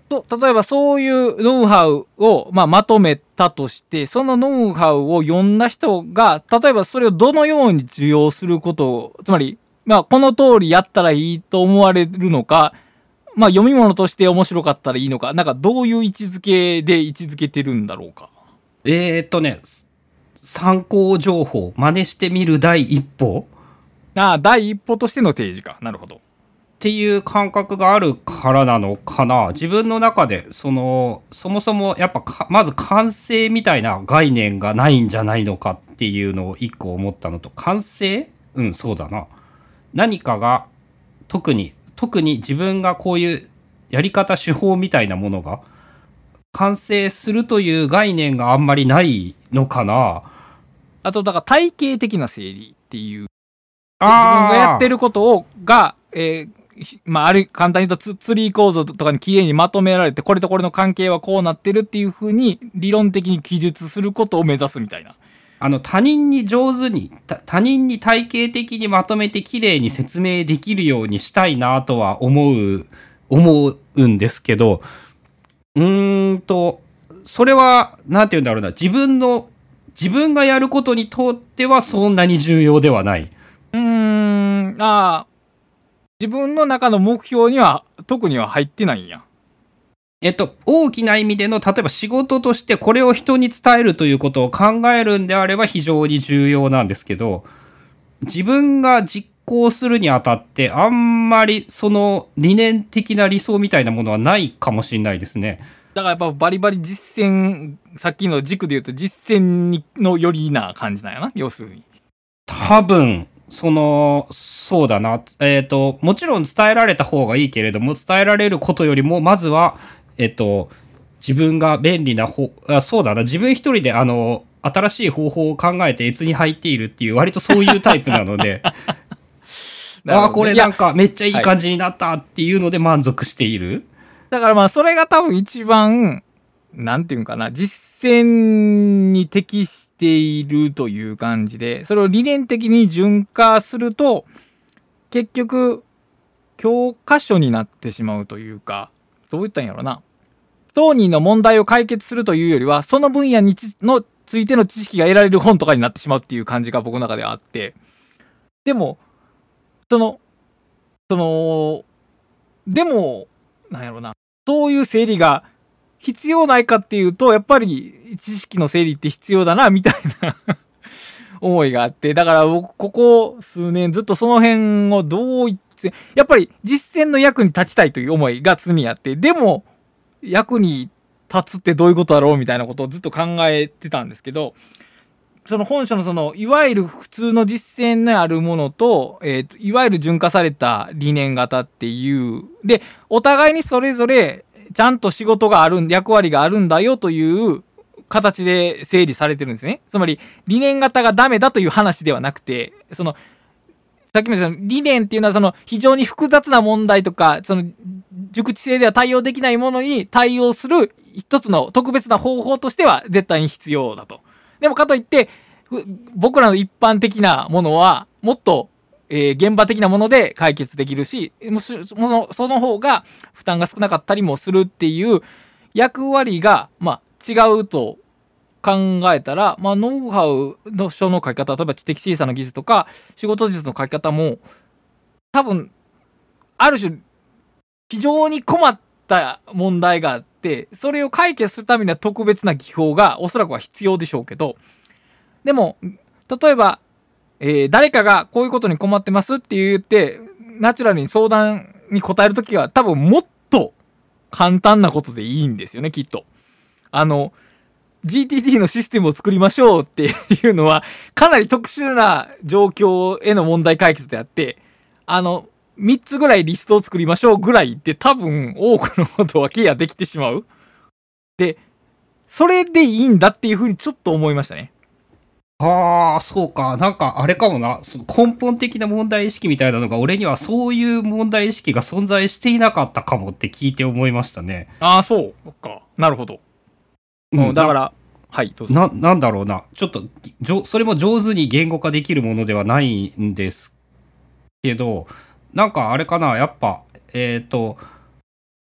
Speaker 2: と例えばそういうノウハウを、まあ、まとめたとして、そのノウハウを読んだ人が例えばそれをどのように受容することを、つまり、まあ、この通りやったらいいと思われるのか、まあ、読み物として面白かったらいいのか、なんかどういう位置づけで位置づけてるんだろうか。
Speaker 1: えーっとね参考情報、真似してみる第一歩
Speaker 2: ああ、第一歩としての提示か。なるほど。
Speaker 1: っていう感覚があるからなのかな。自分の中でそのそもそもやっぱかまず完成みたいな概念がないんじゃないのかっていうのを一個思ったのと、完成うんそうだな、何かが特に特に自分がこういうやり方手法みたいなものが完成するという概念があんまりないのかな。
Speaker 2: あとだから体系的な整理っていう、自分
Speaker 1: あ
Speaker 2: がやってることをが、えーまあ、ある簡単に言うとツツリー構造とかにきれいにまとめられて、これとこれの関係はこうなってるっていう風に理論的に記述することを目指すみたいな。
Speaker 1: あの他人に上手に他人に体系的にまとめてきれいに説明できるようにしたいなとは思う思うんですけど、うーんとそれはなんて言うんだろうな、自分の自分がやることにとってはそんなに重要ではない。
Speaker 2: うーん、ああ、自分の中の目標には特には入ってないんや。
Speaker 1: えっと、大きな意味での例えば仕事としてこれを人に伝えるということを考えるんであれば非常に重要なんですけど、自分が実行するにあたってあんまりその理念的な理想みたいなものはないかもしれないですね。
Speaker 2: だからやっぱバリバリ実践、さっきの軸で言うと実践にのよりな感じなんやな、要するに。
Speaker 1: 多分そのそうだな、えっともちろん伝えられた方がいいけれども、伝えられることよりもまずはえっと自分が便利な方、あそうだな、自分一人であの新しい方法を考えて越に入っているっていう割とそういうタイプなのでああこれなんかめっちゃいい感じになったっていうので満足している。
Speaker 2: だからまあそれが多分一番なんていうんかな、実践に適しているという感じで、それを理念的に順化すると結局教科書になってしまうというか、どう言ったんやろな、当人の問題を解決するというよりはその分野にちのついての知識が得られる本とかになってしまうっていう感じが僕の中ではあって、でもそのそのでもなんやろな、そういう整理が必要ないかっていうと、やっぱり知識の整理って必要だなみたいな思いがあって、だから僕ここ数年ずっとその辺をどう言って、やっぱり実践の役に立ちたいという思いが常にあって、でも役に立つってどういうことだろうみたいなことをずっと考えてたんですけど、その本書のそのいわゆる普通の実践にあるものと、えーと、いわゆる順化された理念型っていうで、お互いにそれぞれちゃんと仕事がある、役割があるんだよという形で整理されてるんですね。つまり理念型がダメだという話ではなくて、そのさっきも言った理念っていうのはその非常に複雑な問題とか、その熟知性では対応できないものに対応する一つの特別な方法としては絶対に必要だと。でもかといって僕らの一般的なものはもっと、えー、現場的なもので解決できるし、その、その方が負担が少なかったりもするっていう役割が、まあ、違うと考えたら、まあ、ノウハウの書の書き方、例えば知的審査の技術とか仕事術の書き方も多分ある種非常に困った問題があって、それを解決するためには特別な技法がおそらくは必要でしょうけど、でも例えば、えー、誰かがこういうことに困ってますって言ってナチュラルに相談に答えるときは多分もっと簡単なことでいいんですよね、きっと。あの ジーティーティー のシステムを作りましょうっていうのはかなり特殊な状況への問題解決であって、あのみっつぐらいリストを作りましょうぐらいって多分多くのことはケアできてしまう。で、それでいいんだっていうふうにちょっと思いましたね。
Speaker 1: ああ、そうか。なんかあれかもな。その根本的な問題意識みたいなのが俺にはそういう問題意識が存在していなかったかもって聞いて思いましたね。
Speaker 2: ああ、そうか。なるほど。うん、だから、はいどうぞ。
Speaker 1: な、なんだろうな。ちょっとじょ、それも上手に言語化できるものではないんですけど、なんかあれかな。やっぱ、えっと、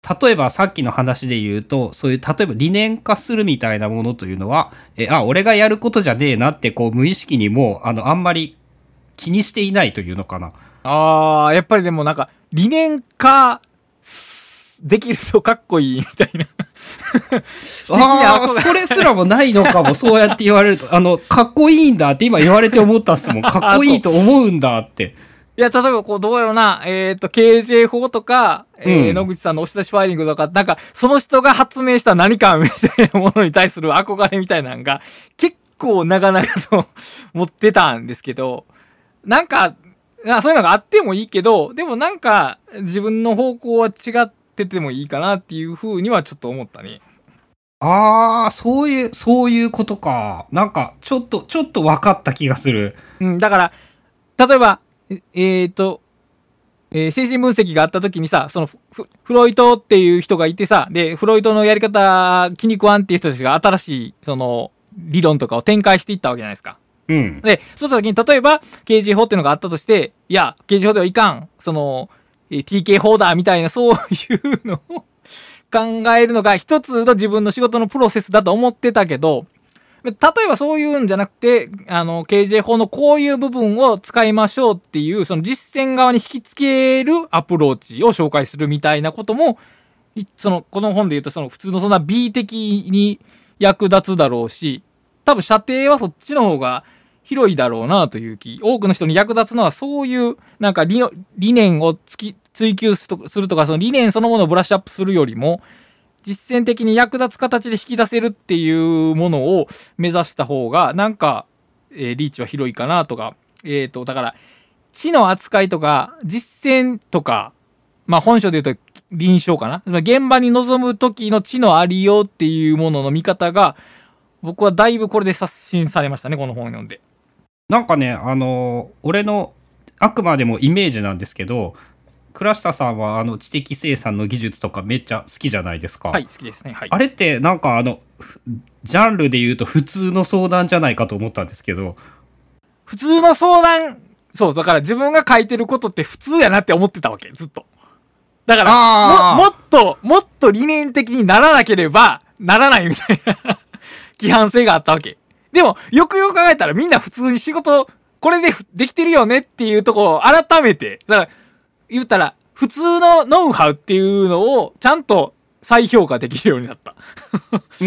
Speaker 1: 例えばさっきの話で言うと、そういう例えば理念化するみたいなものというのは、えあ俺がやることじゃねえなってこう無意識にもうあのあんまり気にしていないというのかな。
Speaker 2: あー、やっぱりでもなんか、理念化できるとかっこいいみたいな。素敵な
Speaker 1: ああ、
Speaker 2: 憧れ。
Speaker 1: それすらもないのかも、そうやって言われると。あの、かっこいいんだって今言われて思ったっすもん。かっこいいと思うんだって。
Speaker 2: いや、例えばこう、どうやろうな、えっ、と、ケージェー 法とか、えー
Speaker 1: うん
Speaker 2: 野口さんの押し出しファイリングとか、なんか、その人が発明した何かみたいなものに対する憧れみたいなのが、結構長々と持ってたんですけど、なんか、あそういうのがあってもいいけど、でもなんか、自分の方向は違っててもいいかなっていうふうにはちょっと思ったね。
Speaker 1: ああ、そういう、そういうことか。なんか、ちょっと、ちょっと分かった気がする。
Speaker 2: うん、だから、例えば、えっ、と、えー精神分析があった時にさ、そのフ、フロイトっていう人がいてさ、で、フロイトのやり方気に食わんっていう人たちが新しい、その、理論とかを展開していったわけじゃないですか。
Speaker 1: うん。
Speaker 2: で、そうした時に、例えば、刑事法っていうのがあったとして、いや、刑事法ではいかん、その、えー ティーケー 法だ、みたいな、そういうのを考えるのが一つの自分の仕事のプロセスだと思ってたけど、例えばそういうんじゃなくて、あの、ケージェー 法のこういう部分を使いましょうっていう、その実践側に引き付けるアプローチを紹介するみたいなことも、いその、この本で言うと、その普通のそんな B 的に役立つだろうし、多分射程はそっちの方が広いだろうなという気。多くの人に役立つのはそういう、なんか理理念をつき追求するとか、その理念そのものをブラッシュアップするよりも、実践的に役立つ形で引き出せるっていうものを目指した方が、なんか、えーリーチは広いかなとか、えっ、と、だから、知の扱いとか、実践とか、まあ本書で言うと臨床かな。現場に臨む時の知のありようっていうものの見方が、僕はだいぶこれで刷新されましたね、この本を読んで。
Speaker 1: なんかね、あの、俺のあくまでもイメージなんですけど、倉下さんはあの知的生産の技術とかめっちゃ好きじゃないですか。
Speaker 2: はい、好きですね。はい。
Speaker 1: あれってなんかあの、ふジャンルで言うと普通の相談じゃないかと思ったんですけど、
Speaker 2: 普通の相談、そう、だから自分が書いてることって普通やなって思ってたわけ、ずっと。だから、
Speaker 1: あー
Speaker 2: も、もっと、もっと理念的にならなければならないみたいな規範性があったわけ。でも、よくよく考えたらみんな普通に仕事、これでふできてるよねっていうところを改めて、だから、言ったら、普通のノウハウっていうのをちゃんと再評価できるようになった。
Speaker 1: うん。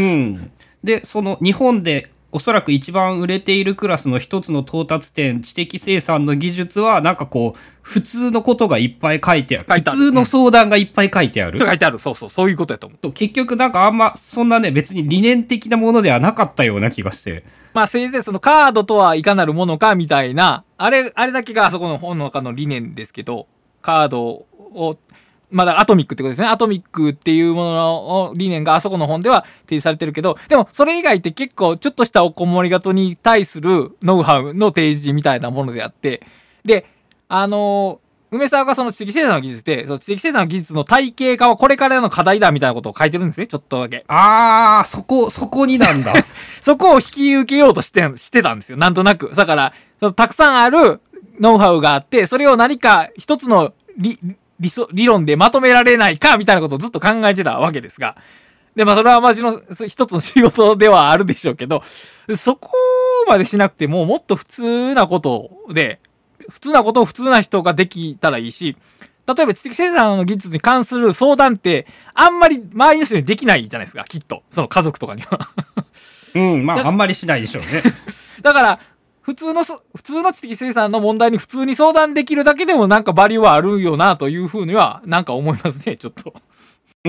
Speaker 1: で、その日本でおそらく一番売れているクラスの一つの到達点、知的生産の技術は、なんかこう、普通のことがいっぱい書いてある。
Speaker 2: 書いてある
Speaker 1: 普通の相談がいっぱい書いてある。
Speaker 2: と書いてある。そうそう、そういうことやと思う。
Speaker 1: 結局なんかあんま、そんなね、別に理念的なものではなかったような気がして。
Speaker 2: まあ、せいぜいそのカードとはいかなるものかみたいな、あれ、あれだけがあそこの本の中の理念ですけど、カードを、まだアトミックってことですね。アトミックっていうものの理念があそこの本では提示されてるけど、でもそれ以外って結構ちょっとしたおこもりがとに対するノウハウの提示みたいなものであって、で、あのー、梅沢がその知的生産の技術で、その知的生産の技術の体系化はこれからの課題だみたいなことを書いてるんですね、ちょっとだけ。
Speaker 1: あー、そこ、そこになんだ。
Speaker 2: そこを引き受けようとしてしてたんですよ。なんとなく。だから、そのたくさんあるノウハウがあって、それを何か一つの理、理想、理論でまとめられないか、みたいなことをずっと考えてたわけですが。で、まあそれはマジの一つの仕事ではあるでしょうけど、そこまでしなくても、もっと普通なことで、普通なことを普通な人ができたらいいし、例えば知的生産の技術に関する相談って、あんまり周りの人にできないじゃないですか、きっと。その家族とかには。
Speaker 1: うん、まああんまりしないでしょうね。
Speaker 2: だから、普通の、普通の知的生産の問題に普通に相談できるだけでもなんかバリューはあるよなというふうにはなんか思いますね、ちょっと。
Speaker 1: うん。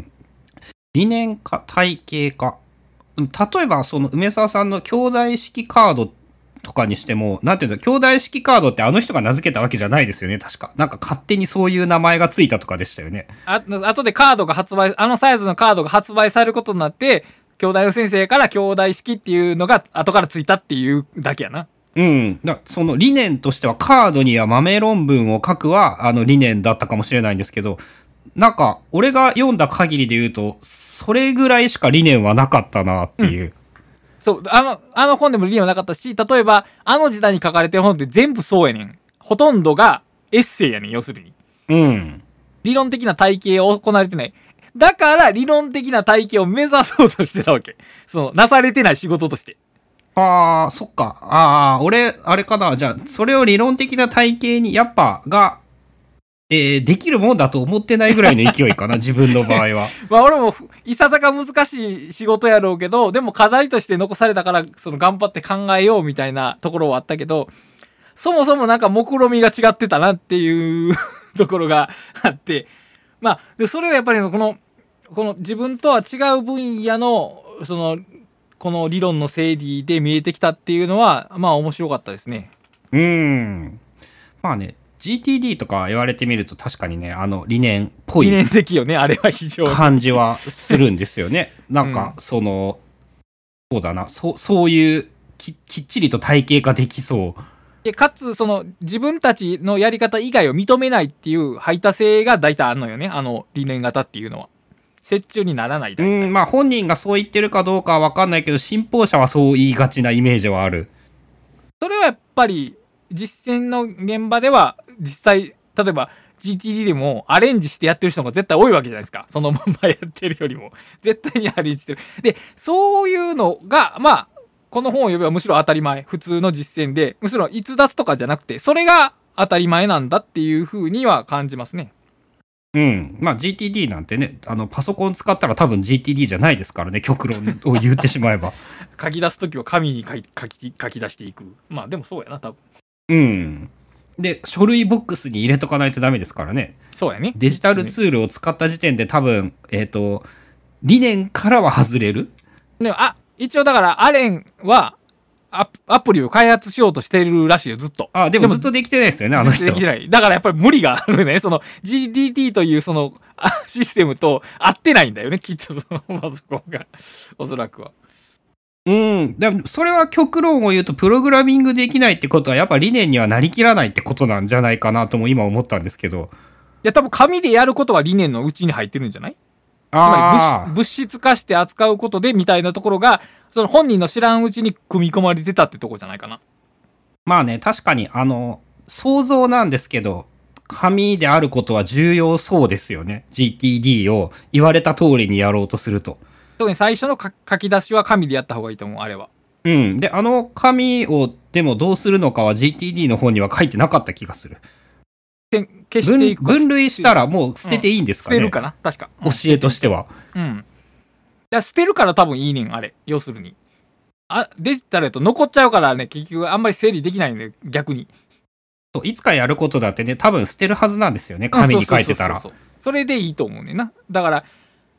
Speaker 1: 理念化、体系化。例えば、その梅沢さんの兄弟式カードとかにしても、なんていうんだ、兄弟式カードってあの人が名付けたわけじゃないですよね、確か。なんか勝手にそういう名前がついたとかでしたよね。
Speaker 2: あ、後でカードが発売、あのサイズのカードが発売されることになって、兄弟の先生から兄弟式っていうのが後からついたっていうだけやな。
Speaker 1: うん。だその理念としてはカードには豆論文を書くはあの理念だったかもしれないんですけど、なんか俺が読んだ限りで言うと、それぐらいしか理念はなかったなっていう。うん、
Speaker 2: そう、あの、あの本でも理念はなかったし、例えばあの時代に書かれてる本って全部そうやねん。ほとんどがエッセイやねん、要するに。
Speaker 1: うん。
Speaker 2: 理論的な体系を行われてない。だから理論的な体系を目指そうとしてたわけ。その、なされてない仕事として。
Speaker 1: ああ、そっか。ああ、俺、あれかな。じゃあ、それを理論的な体系に、やっぱ、が、えーできるもんだと思ってないぐらいの勢いかな、自分の場合は。
Speaker 2: まあ俺も、いささか難しい仕事やろうけど、でも課題として残されたから、その頑張って考えようみたいなところはあったけど、そもそもなんか目論みが違ってたなっていうところがあって、まあ、で、それはやっぱりこの、この自分とは違う分野の、その、この理論の整理で見えてきたっていうのは、まあ面白かったですね。
Speaker 1: うーん。まあね、ジーティーディー とか言われてみると確かにね、あの理念っぽい
Speaker 2: 理念的よね、あれは非常に。
Speaker 1: 感じはするんですよね。なんか、その、そうだな、そそういうききっちりと体系化できそう。
Speaker 2: でかつ、その自分たちのやり方以外を認めないっていう排他性が大体あるのよね、あの理念型っていうのは。折衷にならない大体。
Speaker 1: うん、まあ本人がそう言ってるかどうかは分かんないけど、信奉者はそう言いがちなイメージはある。
Speaker 2: それはやっぱり実践の現場では実際、例えば ジーティーディー でもアレンジしてやってる人が絶対多いわけじゃないですか。そのまんまやってるよりも絶対にアレンジしてる。で、そういうのがまあこの本を読めばむしろ当たり前、普通の実践で、むしろ逸脱とかじゃなくて、それが当たり前なんだっていう風には感じますね。
Speaker 1: うん。まあ ジーティーディー なんてね、あのパソコン使ったら多分 ジーティーディー じゃないですからね、極論を言ってしまえば。
Speaker 2: 書き出すときは紙に書き書き書き出していく。まあでもそうやな、多分。
Speaker 1: うん。で、書類ボックスに入れとかないとダメですからね。
Speaker 2: そうやね。
Speaker 1: デジタルツールを使った時点で多分、えっ、と、理念からは外れる。
Speaker 2: でも、あ、一応だからアレンはアアプリを開発しようとしてるらしいよ、ずっと。
Speaker 1: あ、でもずっとできてないですよね、あの人。
Speaker 2: できてない。だからやっぱり無理があるね。その ジーディーティー というそのあシステムと合ってないんだよね、きっとそのパソコンが。おそらくは。
Speaker 1: うん。でも、それは極論を言うと、プログラミングできないってことは、やっぱ理念にはなりきらないってことなんじゃないかなとも今思ったんですけど。
Speaker 2: いや、多分紙でやることが理念のうちに入ってるんじゃない？つま
Speaker 1: あ
Speaker 2: り物物質化して扱うことでみたいなところが、その本人の知らんうちに組み込まれてたってとこじゃないかな。
Speaker 1: まあね、確かに、あの、想像なんですけど、紙であることは重要そうですよね。ジーティーディー を言われた通りにやろうとすると。
Speaker 2: 特に最初の書書き出しは紙でやった方がいいと思う、あれは。
Speaker 1: うん。で、あの紙を、でもどうするのかは ジーティーディー の方には書いてなかった気がする。
Speaker 2: け消していくか
Speaker 1: 分分類したらもう捨てていいんですかね。
Speaker 2: 捨てるかな確か。うん
Speaker 1: 教えとしては。
Speaker 2: うん。いや捨てるから多分いいねん、あれ。要するに。あ、デジタルだと残っちゃうからね、結局あんまり整理できないんで、逆に。
Speaker 1: そういつかやることだってね、多分捨てるはずなんですよね。紙に書いてたら。
Speaker 2: そうそうそうそうそれでいいと思うねんな。だから、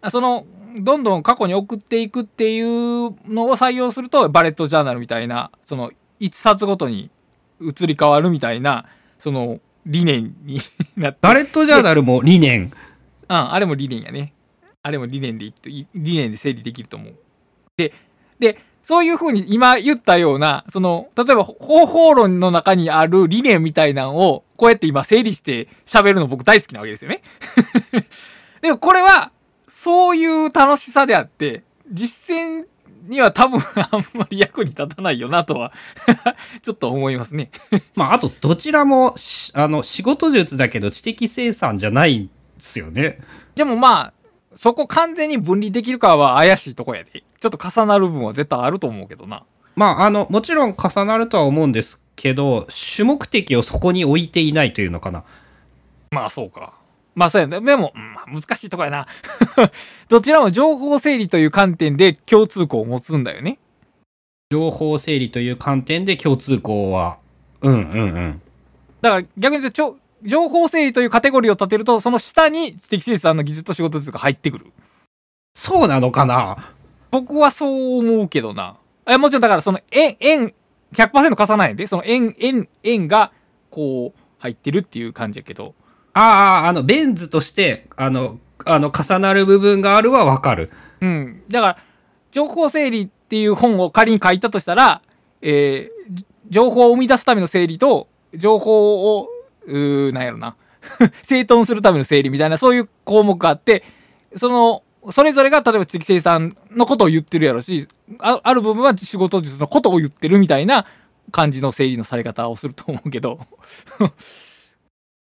Speaker 2: その、どんどん過去に送っていくっていうのを採用すると、バレットジャーナルみたいな、その、一冊ごとに移り変わるみたいな、その、理念になって。
Speaker 1: バレットジャーナルも理念。
Speaker 2: うん、あれも理念やね。あれも理念でいいと、理念で整理できると思う。で、で、そういうふうに今言ったような、その、例えば方法論の中にある理念みたいなのを、こうやって今整理して喋るの僕大好きなわけですよね。でもこれは、そういう楽しさであって、実践には多分あんまり役に立たないよなとはちょっと思いますね。
Speaker 1: まあ、あと、どちらもし、あの、仕事術だけど知的生産じゃないんですよね。
Speaker 2: でもまあ、そこ完全に分離できるかは怪しいとこやで。ちょっと重なる部分は絶対あると思うけどな。
Speaker 1: まあ、あの、もちろん重なるとは思うんですけど、主目的をそこに置いていないというのかな。
Speaker 2: まあそうか。まあそうやね。でも、うん、難しいとこやな。どちらも情報整理という観点で共通項を持つんだよね。
Speaker 1: 情報整理という観点で共通項は、うんうんうん。
Speaker 2: だから逆に言うと、情報整理というカテゴリーを立てると、その下に知的生産の技術と仕事術が入ってくる。
Speaker 1: そうなのかな。
Speaker 2: 僕はそう思うけどな。えもちろんだからその円、円、ひゃくパーセント重なないで、その円、円、円がこう入ってるっていう感じやけど。
Speaker 1: ああ、あの、ベン図として、あの、あの、重なる部分があるはわかる。
Speaker 2: うん。だから、情報整理っていう本を仮に書いたとしたら、えー、情報を生み出すための整理と、情報を、うー、なんやろな。整頓するための整理みたいな、そういう項目があって、その、それぞれが、例えば知的生産のことを言ってるやろし、あ, ある部分は仕事術のことを言ってるみたいな感じの整理のされ方をすると思うけど。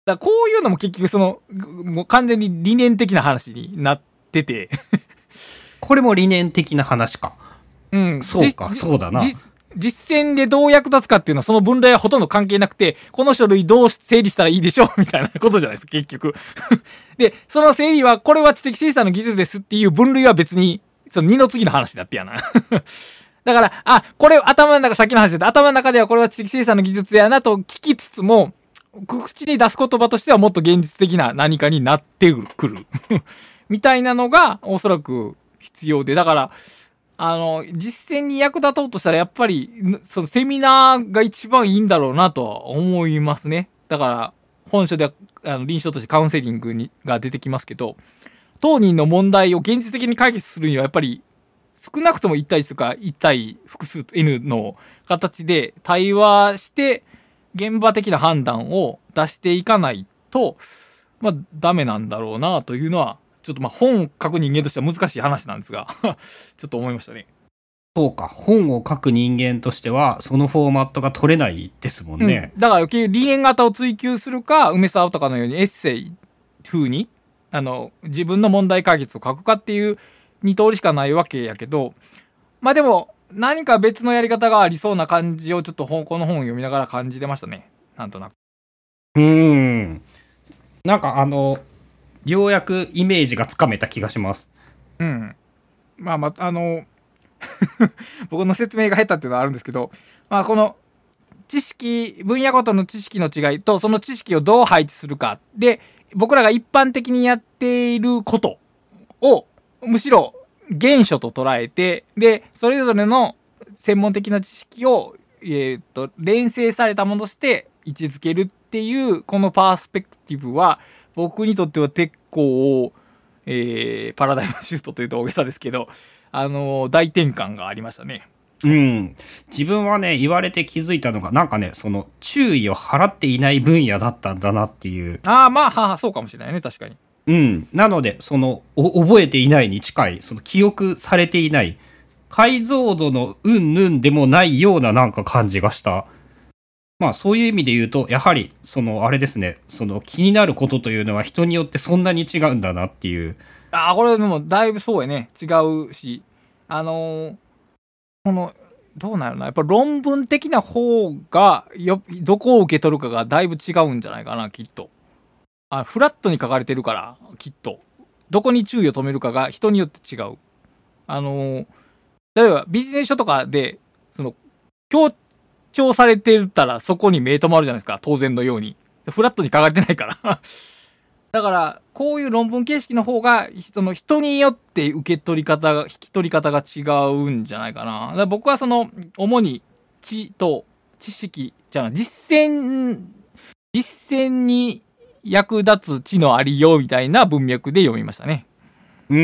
Speaker 2: だからこういうのも結局そのもう完全に理念的な話になってて
Speaker 1: これも理念的な話か。
Speaker 2: うん、
Speaker 1: そうか、そうだな。
Speaker 2: 実践でどう役立つかっていうのはその分類はほとんど関係なくて、この書類どう整理したらいいでしょうみたいなことじゃないですか、結局。で、その整理は、これは知的生産の技術ですっていう分類は別に、その二の次の話だってやな。だから、あ、これ頭の中、さっきの話で、頭の中ではこれは知的生産の技術やなと聞きつつも、口に出す言葉としてはもっと現実的な何かになってくる。みたいなのが、おそらく必要で、だから、あの、実践に役立とうとしたら、やっぱり、そのセミナーが一番いいんだろうなとは思いますね。だから、本書では、あの臨床としてカウンセリングにが出てきますけど、当人の問題を現実的に解決するには、やっぱり、少なくともいち対いちとかいち対複数 N の形で対話して、現場的な判断を出していかないと、まあ、ダメなんだろうなというのは、ちょっとまあ本を書く人間としては難しい話なんですがちょっと思いましたね。
Speaker 1: そうか、本を書く人間としてはそのフォーマットが取れないですもんね、
Speaker 2: うん、だから理念型を追求するか、梅沢とかのようにエッセイ風にあの自分の問題解決を書くかっていうに通りしかないわけやけど、まあでも何か別のやり方がありそうな感じをちょっとこの本を読みながら感じてましたね、なんとなく。
Speaker 1: うーん、なんかあのようやくイメージがつかめた気がします。
Speaker 2: うん。まあまあ、あの、僕の説明が下手っていうのはあるんですけど、まあこの知識、分野ごとの知識の違いと、その知識をどう配置するかで、僕らが一般的にやっていることを、むしろ原書と捉えて、で、それぞれの専門的な知識を、えー、っと、連成されたものとして位置づけるっていう、このパースペクティブは、僕にとっては結構、えー、パラダイムシフトというと大げさですけど、あのー、大転換がありましたね。
Speaker 1: うん、自分はね言われて気づいたのがなんかねその注意を払っていない分野だったんだなっていう。
Speaker 2: ああまあははそうかもしれないね、確かに。
Speaker 1: うん、なのでその覚えていないに近い、その記憶されていない解像度のうんぬんでもないようななんか感じがした。まあそういう意味で言うとやはりそのあれですね、その気になることというのは人によってそんなに違うんだなっていう。
Speaker 2: ああこれでもだいぶそうやね、違うし、あのー、このどうなるな、やっぱ論文的な方がよどこを受け取るかがだいぶ違うんじゃないかな、きっと。あフラットに書かれてるからきっとどこに注意を止めるかが人によって違う。あのー、例えばビジネス書とかでその強調されてたらそこに目止まるじゃないですか、当然のように。フラットに書かれてないからだからこういう論文形式の方がその人によって受け取り方が引き取り方が違うんじゃないかな。だから僕はその主に知と知識じゃない実践実践に役立つ知のありようみたいな文脈で読みましたね。
Speaker 1: うん、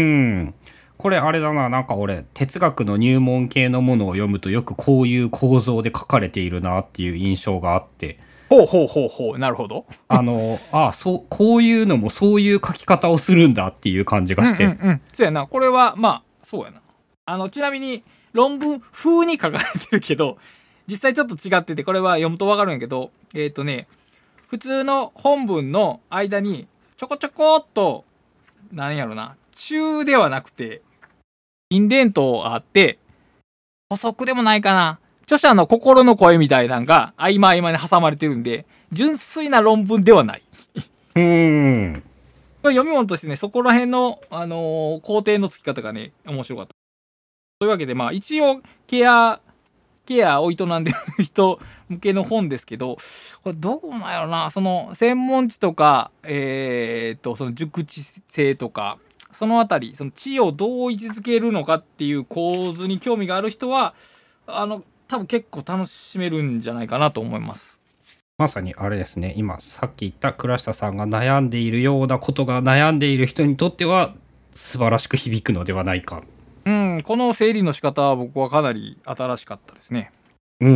Speaker 1: これあれだな、なんか俺哲学の入門系のものを読むとよくこういう構造で書かれているなっていう印象があって、
Speaker 2: ほうほうほうほう、なるほど。
Speaker 1: あのあそうこういうのもそういう書き方をするんだっていう感じがして、
Speaker 2: うんうんうん、そうやな、これはまあそうやな。あのちなみに論文風に書かれてるけど実際ちょっと違ってて、これは読むと分かるんやけど、えっとね普通の本文の間にちょこちょこっとなんやろな、中ではなくてインデントがあって、補足でもないかな、著者の心の声みたいなのが合間合間に挟まれてるんで純粋な論文ではない。
Speaker 1: うーん、
Speaker 2: これ読み物としてね、そこら辺の、あのー、工程のつき方がね面白かった。というわけでまあ一応ケアケアを営んでる人向けの本ですけど、これどうなんやろな、その専門知とかえー、っとその熟知性とかそのあたり、その知をどう位置づけるのかっていう構図に興味がある人はあの多分結構楽しめるんじゃないかなと思います。
Speaker 1: まさにあれですね、今さっき言った倉下さんが悩んでいるようなことが悩んでいる人にとっては素晴らしく響くのではないか。
Speaker 2: うん、この整理の仕方は僕はかなり新しかったですね。
Speaker 1: うん、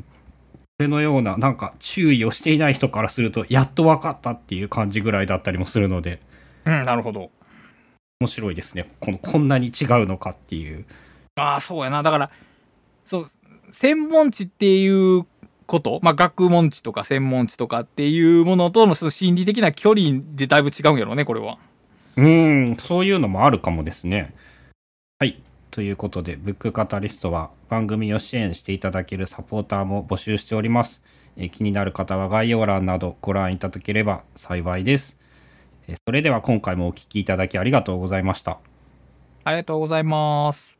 Speaker 1: これのようななんか注意をしていない人からするとやっと分かったっていう感じぐらいだったりもするので、
Speaker 2: うん、なるほど、
Speaker 1: 面白いですね、このこんなに違うのかっていう。
Speaker 2: ああそうやな、だからそう専門知っていうこと、まあ、学問知とか専門知とかっていうものとのその心理的な距離でだいぶ違うんやろうね、これは。
Speaker 1: うーん、そういうのもあるかもですね。はい。ということで、ブックカタリストは番組を支援していただけるサポーターも募集しております。えー気になる方は概要欄などご覧いただければ幸いです。えーそれでは今回もお聞きいただきありがとうございました。
Speaker 2: ありがとうございます。